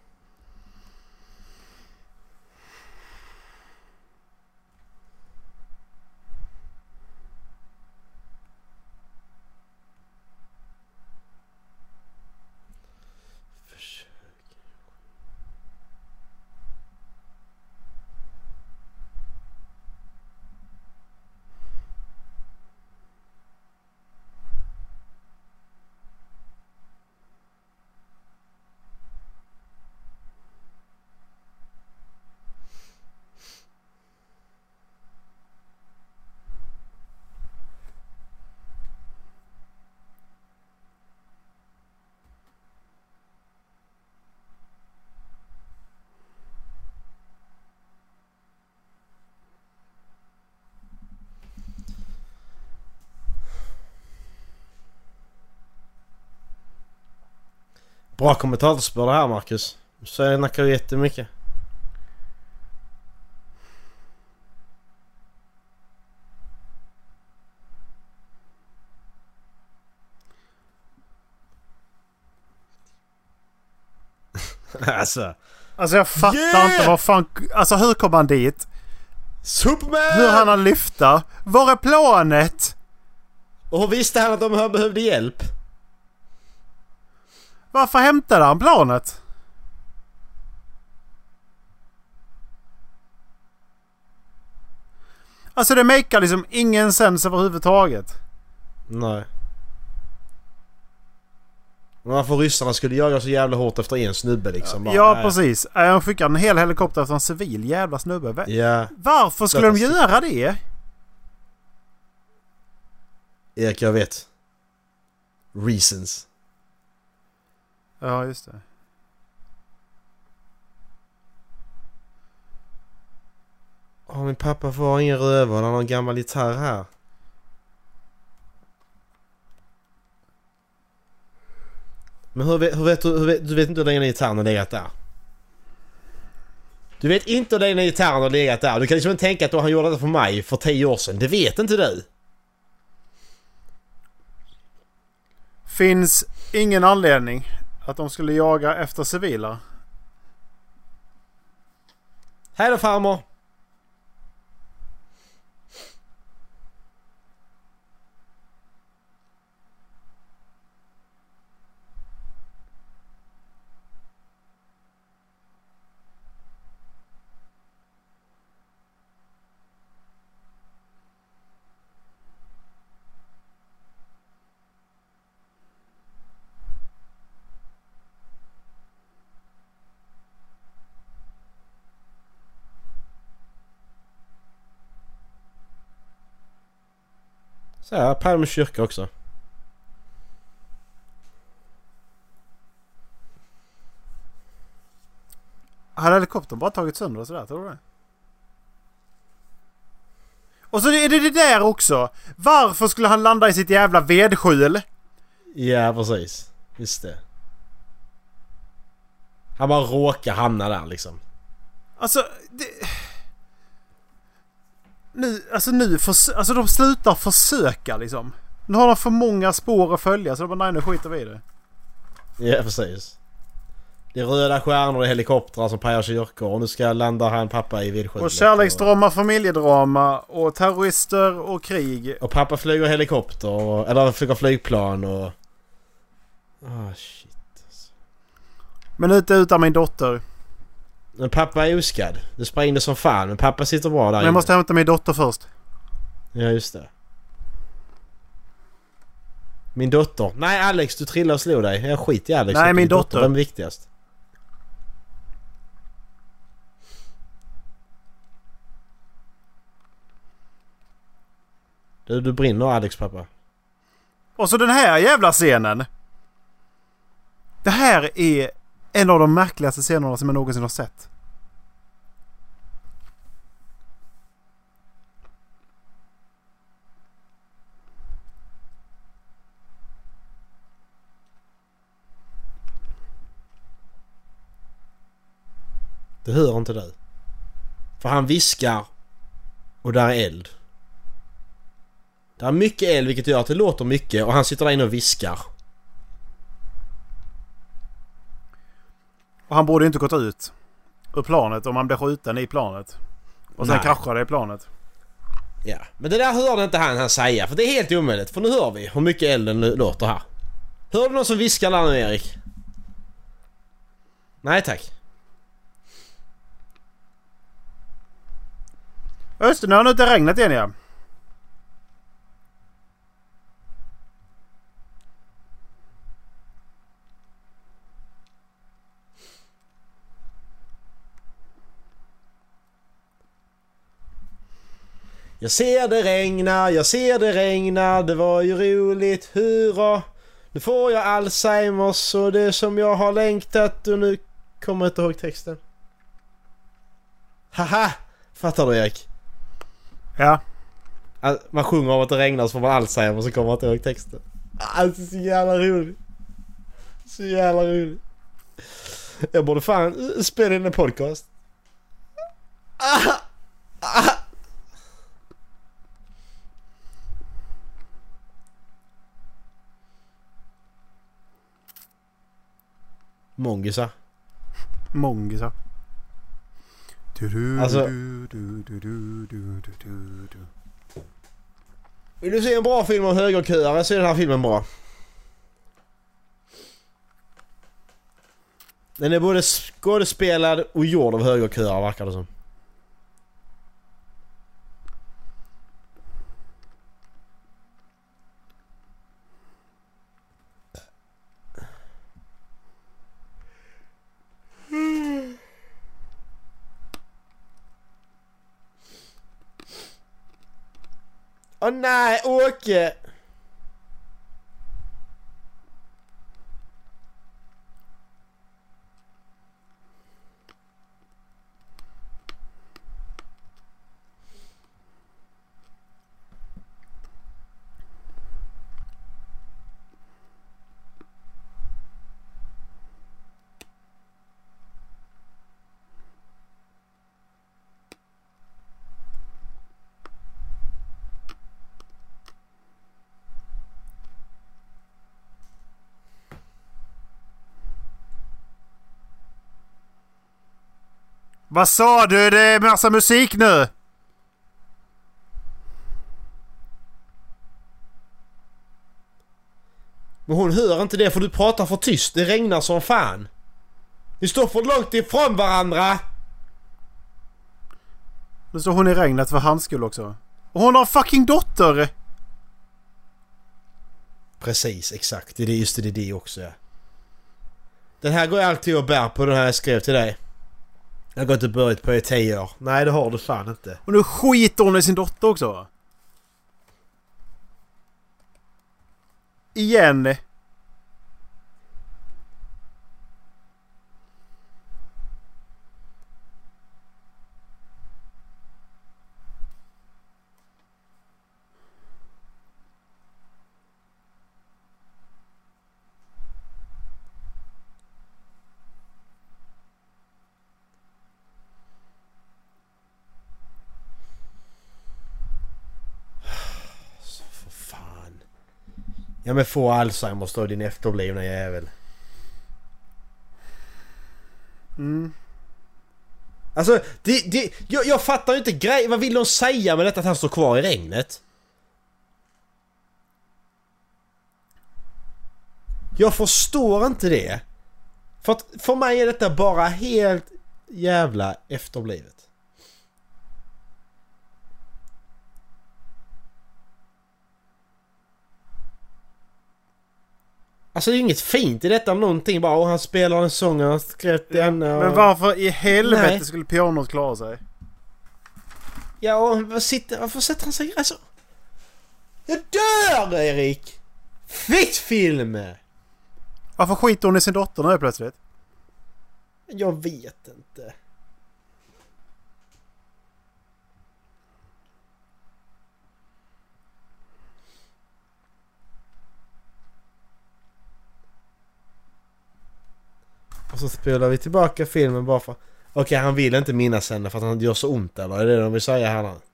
Bra kommentatorspår det här, Marcus. Så jag snackar ju jättemycket. Alltså. Alltså jag fattar Yeah! inte vad fan... Alltså hur kom han dit? Superman! Hur han har lyfta? Var är planet? Och hur visste han att de behövde hjälp? Varför hämtade han planet? Alltså det makar liksom ingen sens överhuvudtaget. Nej. Men varför ryssarna skulle jaga så jävla hårt efter en snubbe liksom. Bara, ja, nej. precis. Jag skickar en hel helikopter efter en civil jävla snubbe. Ja. Varför skulle de göra det? Erik, jag vet. Reasons. Ja, just det. Åh, min pappa var ingen rövare. Han har en gammal gitarr här. Men hur vet, hur vet du, hur vet, du vet inte hur länge gitarren har legat där? Du vet inte hur länge gitarren har legat där. Du kan liksom inte tänka att då han gjorde det för mig för tio år sedan. Det vet inte du. Finns ingen anledning att de skulle jaga efter civila. Hej då farmor. Så här, Palme kyrka också. Hade helikoptern bara tagit sönder och sådär, tror du det? Och så är det det där också. Varför skulle han landa i sitt jävla vedskjul? Ja, precis. Just det. Han bara råkar hamna där liksom. Alltså, det... Nu, alltså nu, förs- alltså de slutar försöka liksom. Nu har de för många spår att följa så de bara, nej nu skiter vi i det. Ja, precis. Det är röda stjärnor och helikoptrar som pajar kyrkor och nu ska landa han pappa i vedskjulet. Och kärleksdrama, familjedrama och terrorister och krig. Och pappa flyger helikopter och, eller flyger flygplan och... Ah, shit alltså. Men ute utan min dotter. Men pappa är oskadd. Det sprängde som fan. Men pappa sitter bra där. Men jag inne. måste hämta min dotter först. Ja, just det. Min dotter. Nej, Alex, du trillade och slog dig. Jag skit i Alex. Nej, min, min dotter. dotter. Vem är viktigast? Du, du brinner, Alex pappa. Och så den här jävla scenen. Det här är en av de märkligaste scenerna som jag någonsin har sett. Det hör inte du. För han viskar och där är eld. Det är mycket eld vilket gör att det låter mycket och han sitter där inne och viskar. Och han borde inte gått ut ur planet om han blev skjuten i planet. Och sen Nej. kraschade i planet. Ja, men det där hörde inte han han säga för det är helt omöjligt. För nu hör vi hur mycket elden låter här. Hör du någon som viskar där nu, Erik? Nej tack. Just det, nu har det inte regnat igen ja. Jag ser det regna, jag ser det regna, det var ju roligt, hurra. Nu får jag Alzheimers och det som jag har längtat och nu kommer jag inte ihåg texten. Haha, fattar du Erik? Ja. Man sjunger om att det regnar så får man Alzheimer och så kommer man inte ihåg texten. Alltså så jävla roligt. Så jävla roligt. Jag borde fan spela in en podcast. Ah, ah. Mongisar. Mongisar. Alltså... Vill du se en bra film om högerköare så är den här filmen bra. Den är både skådespelad och gjord av högerköare, verkar det som. Åh oh, nej, Åke! Vad sa du? Det är massa musik nu. Men hon hör inte det för du pratar för tyst. Det regnar som fan. Vi står för långt ifrån varandra. Nu står hon i regnet för hans skull också. Och hon har en fucking dotter. Precis, exakt. Det är just det, det också, ja. Den här går jag alltid och bär på, den här jag skrev till dig. Jag har gått och börjat på i tio år. Nej, det har du fan inte. Och nu skiter hon i sin dotter också. Igen. Ja, men få Alzheimer står din efterblivna jävel. Mm. Alltså, det, det, jag, jag fattar ju inte grej. Vad vill de säga med detta att han står kvar i regnet? Jag förstår inte det. För att för mig är detta bara helt jävla efterblivet. Alltså det är inget fint i detta om någonting. Bara, åh, han spelar en sång och han skrev den. Och... Men varför i helvete Nej. skulle pianot klara sig? Ja, och vad sitter, varför sätter han sig alltså? Jag dör, Erik! Fitt film! Varför skiter hon i sin dotter nu plötsligt? Jag vet inte. Och så spelar vi tillbaka filmen bara för... Okej, okay, han vill inte minnas henne för att han gör så ont, eller? Är det det de vill säga här nu?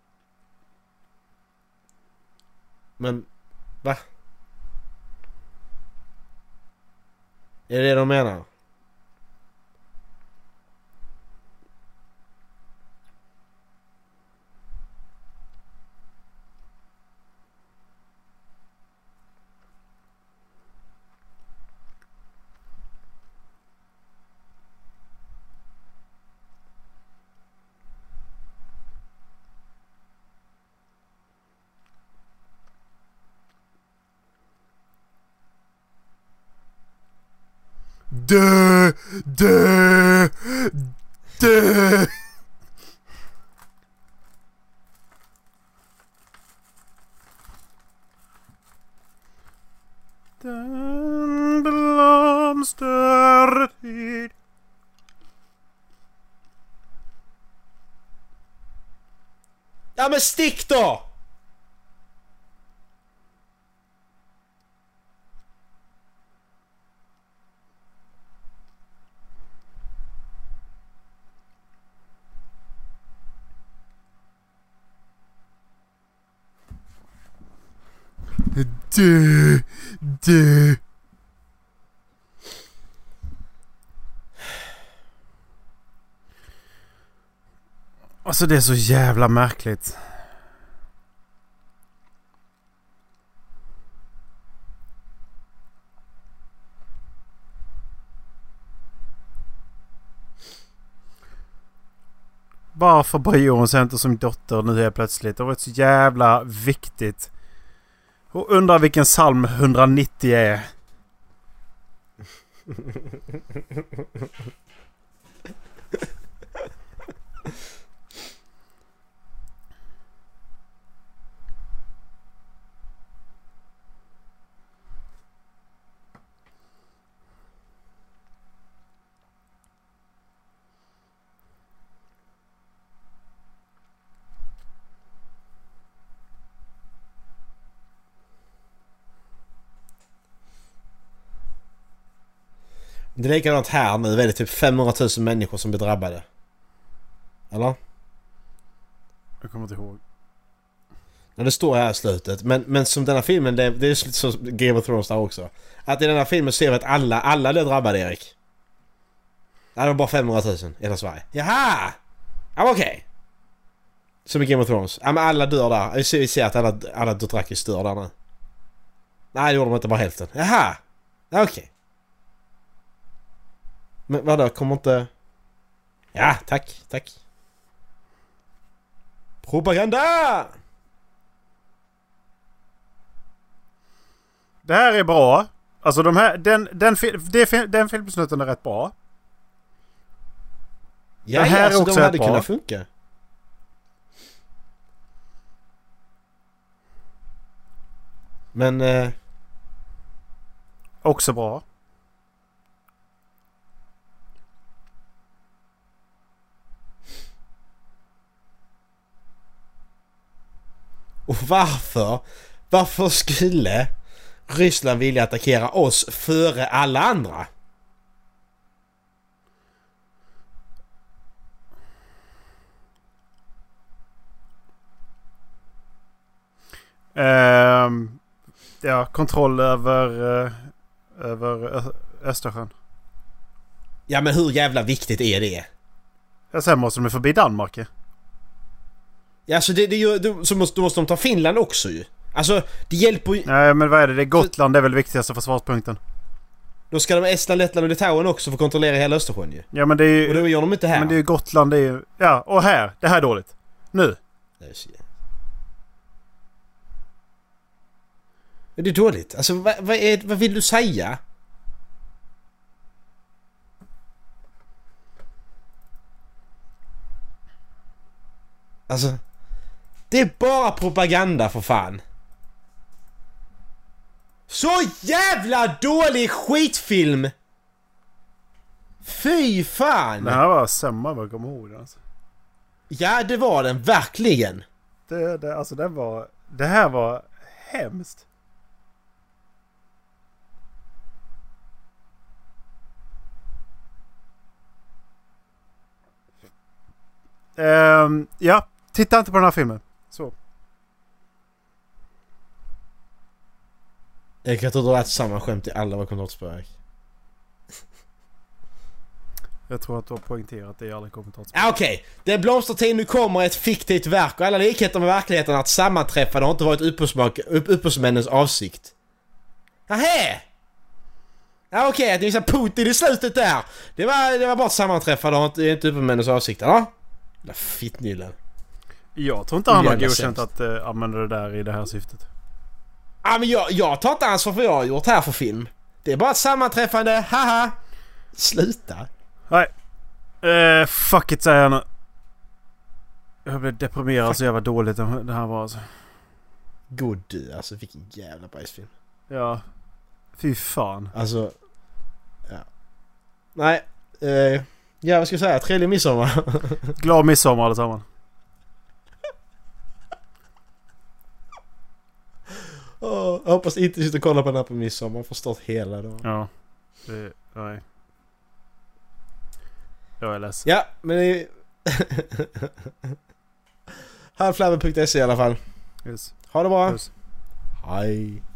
Men... Va? Är det det de menar? Dö! Dö! Dö! Den blomstertid. Ja, men stick då! Dö! Dö! Alltså det är så jävla märkligt. Varför bryr hon sig inte som dotter nu helt plötsligt? Det har varit så jävla viktigt. Och undrar vilken psalm hundranittio är. Det är likadant här nu. Det är typ femhundratusen människor som blir drabbade. Eller? Jag kommer inte ihåg. Ja, det står här i slutet. Men, men som denna filmen, det, det är så Game of Thrones där också. Att i denna filmen ser vi att alla, alla blir drabbade, Erik. Det var bara femhundratusen i hela Sverige. Jaha! Ja, okej. Okay. Som i Game of Thrones. Ja, men alla dör där. Vi ser, vi ser att alla, alla Dothrakis dör där nu. Nej, det gjorde de inte, bara hälften. Jaha! Ja, okej. Okay. Men vadå, kommer inte... Ja, tack, tack. Propaganda! Det här är bra. Alltså de här... Den, den, den, den filmsnutten är rätt bra. Ja, det här ja, alltså är också de hade bra. Kunnat funka. Men... Eh... Också bra. Och varför? Varför skulle Ryssland vilja attackera oss före alla andra? Um, ja, kontroll över uh, över Ö- Östersjön. Ja, men hur jävla viktigt är det? Ja, sen måste de förbi Danmark. Ja, ja så det, det gör, det, så måste, då måste de ta Finland också ju. Alltså, det hjälper ju... Nej, men vad är det? Det är Gotland, det är väl viktigaste försvarspunkten. Då ska de Estland, Lettland och Litauen också få kontrollera hela Östersjön ju. Ja, men det är ju... Och då gör de inte här. Men det är ju Gotland, det är ju... Ja, och här. Det här är dåligt. Nu. Det är, så... är det dåligt? Alltså, vad, vad, är, vad vill du säga? Alltså... Det är bara propaganda för fan. Så jävla dålig skitfilm! Fy fan! Det här var samma vad jag kommer ihåg alltså. Ja, det var den, verkligen. Det, det, alltså det var... Det här var hemskt. Um, ja, titta inte på den här filmen. Så. Jag kan tro att det var samma skämt i alla våra kommentarsspråk. Jag tror att du har poängterat det i alla kommentarsspråk. Ah, okej, okay. Det blomstertid nu kommer ett fiktivt verk och alla likheter med verkligheten att sammanträffande har inte varit upphovsmännens avsikt. Nähä! Ja, okej, okay, att ni visar Putin i slutet där. Det var, det var bara ett sammanträffande och inte, inte upphovsmännens avsikt, eller? Jävla fittnyllen. Jag tror inte han har godkänt att uh, använda det där i det här syftet. Ja, men jag, jag tar inte ansvar för vad jag har gjort här för film. Det är bara ett sammanträffande, haha. Sluta. Nej. Uh, fuck it, säger jag nu. Jag blev deprimerad fuck. Så jävla dåligt det här var alltså. God du, alltså vilken jävla bajsfilm. Ja. Fy fan. Alltså, ja. Nej, uh, ja vad ska jag säga? Trevlig midsommar. Glad midsommar allesammans. Oh, jag hoppas inte sitta och kolla på den här på midsommar. Jag har förstått hela då. Ja. Det, nej. Jag är ledsen. Ja, men det är... halvflabben punkt se i alla fall. Yes. Ha det bra. Yes. Hej.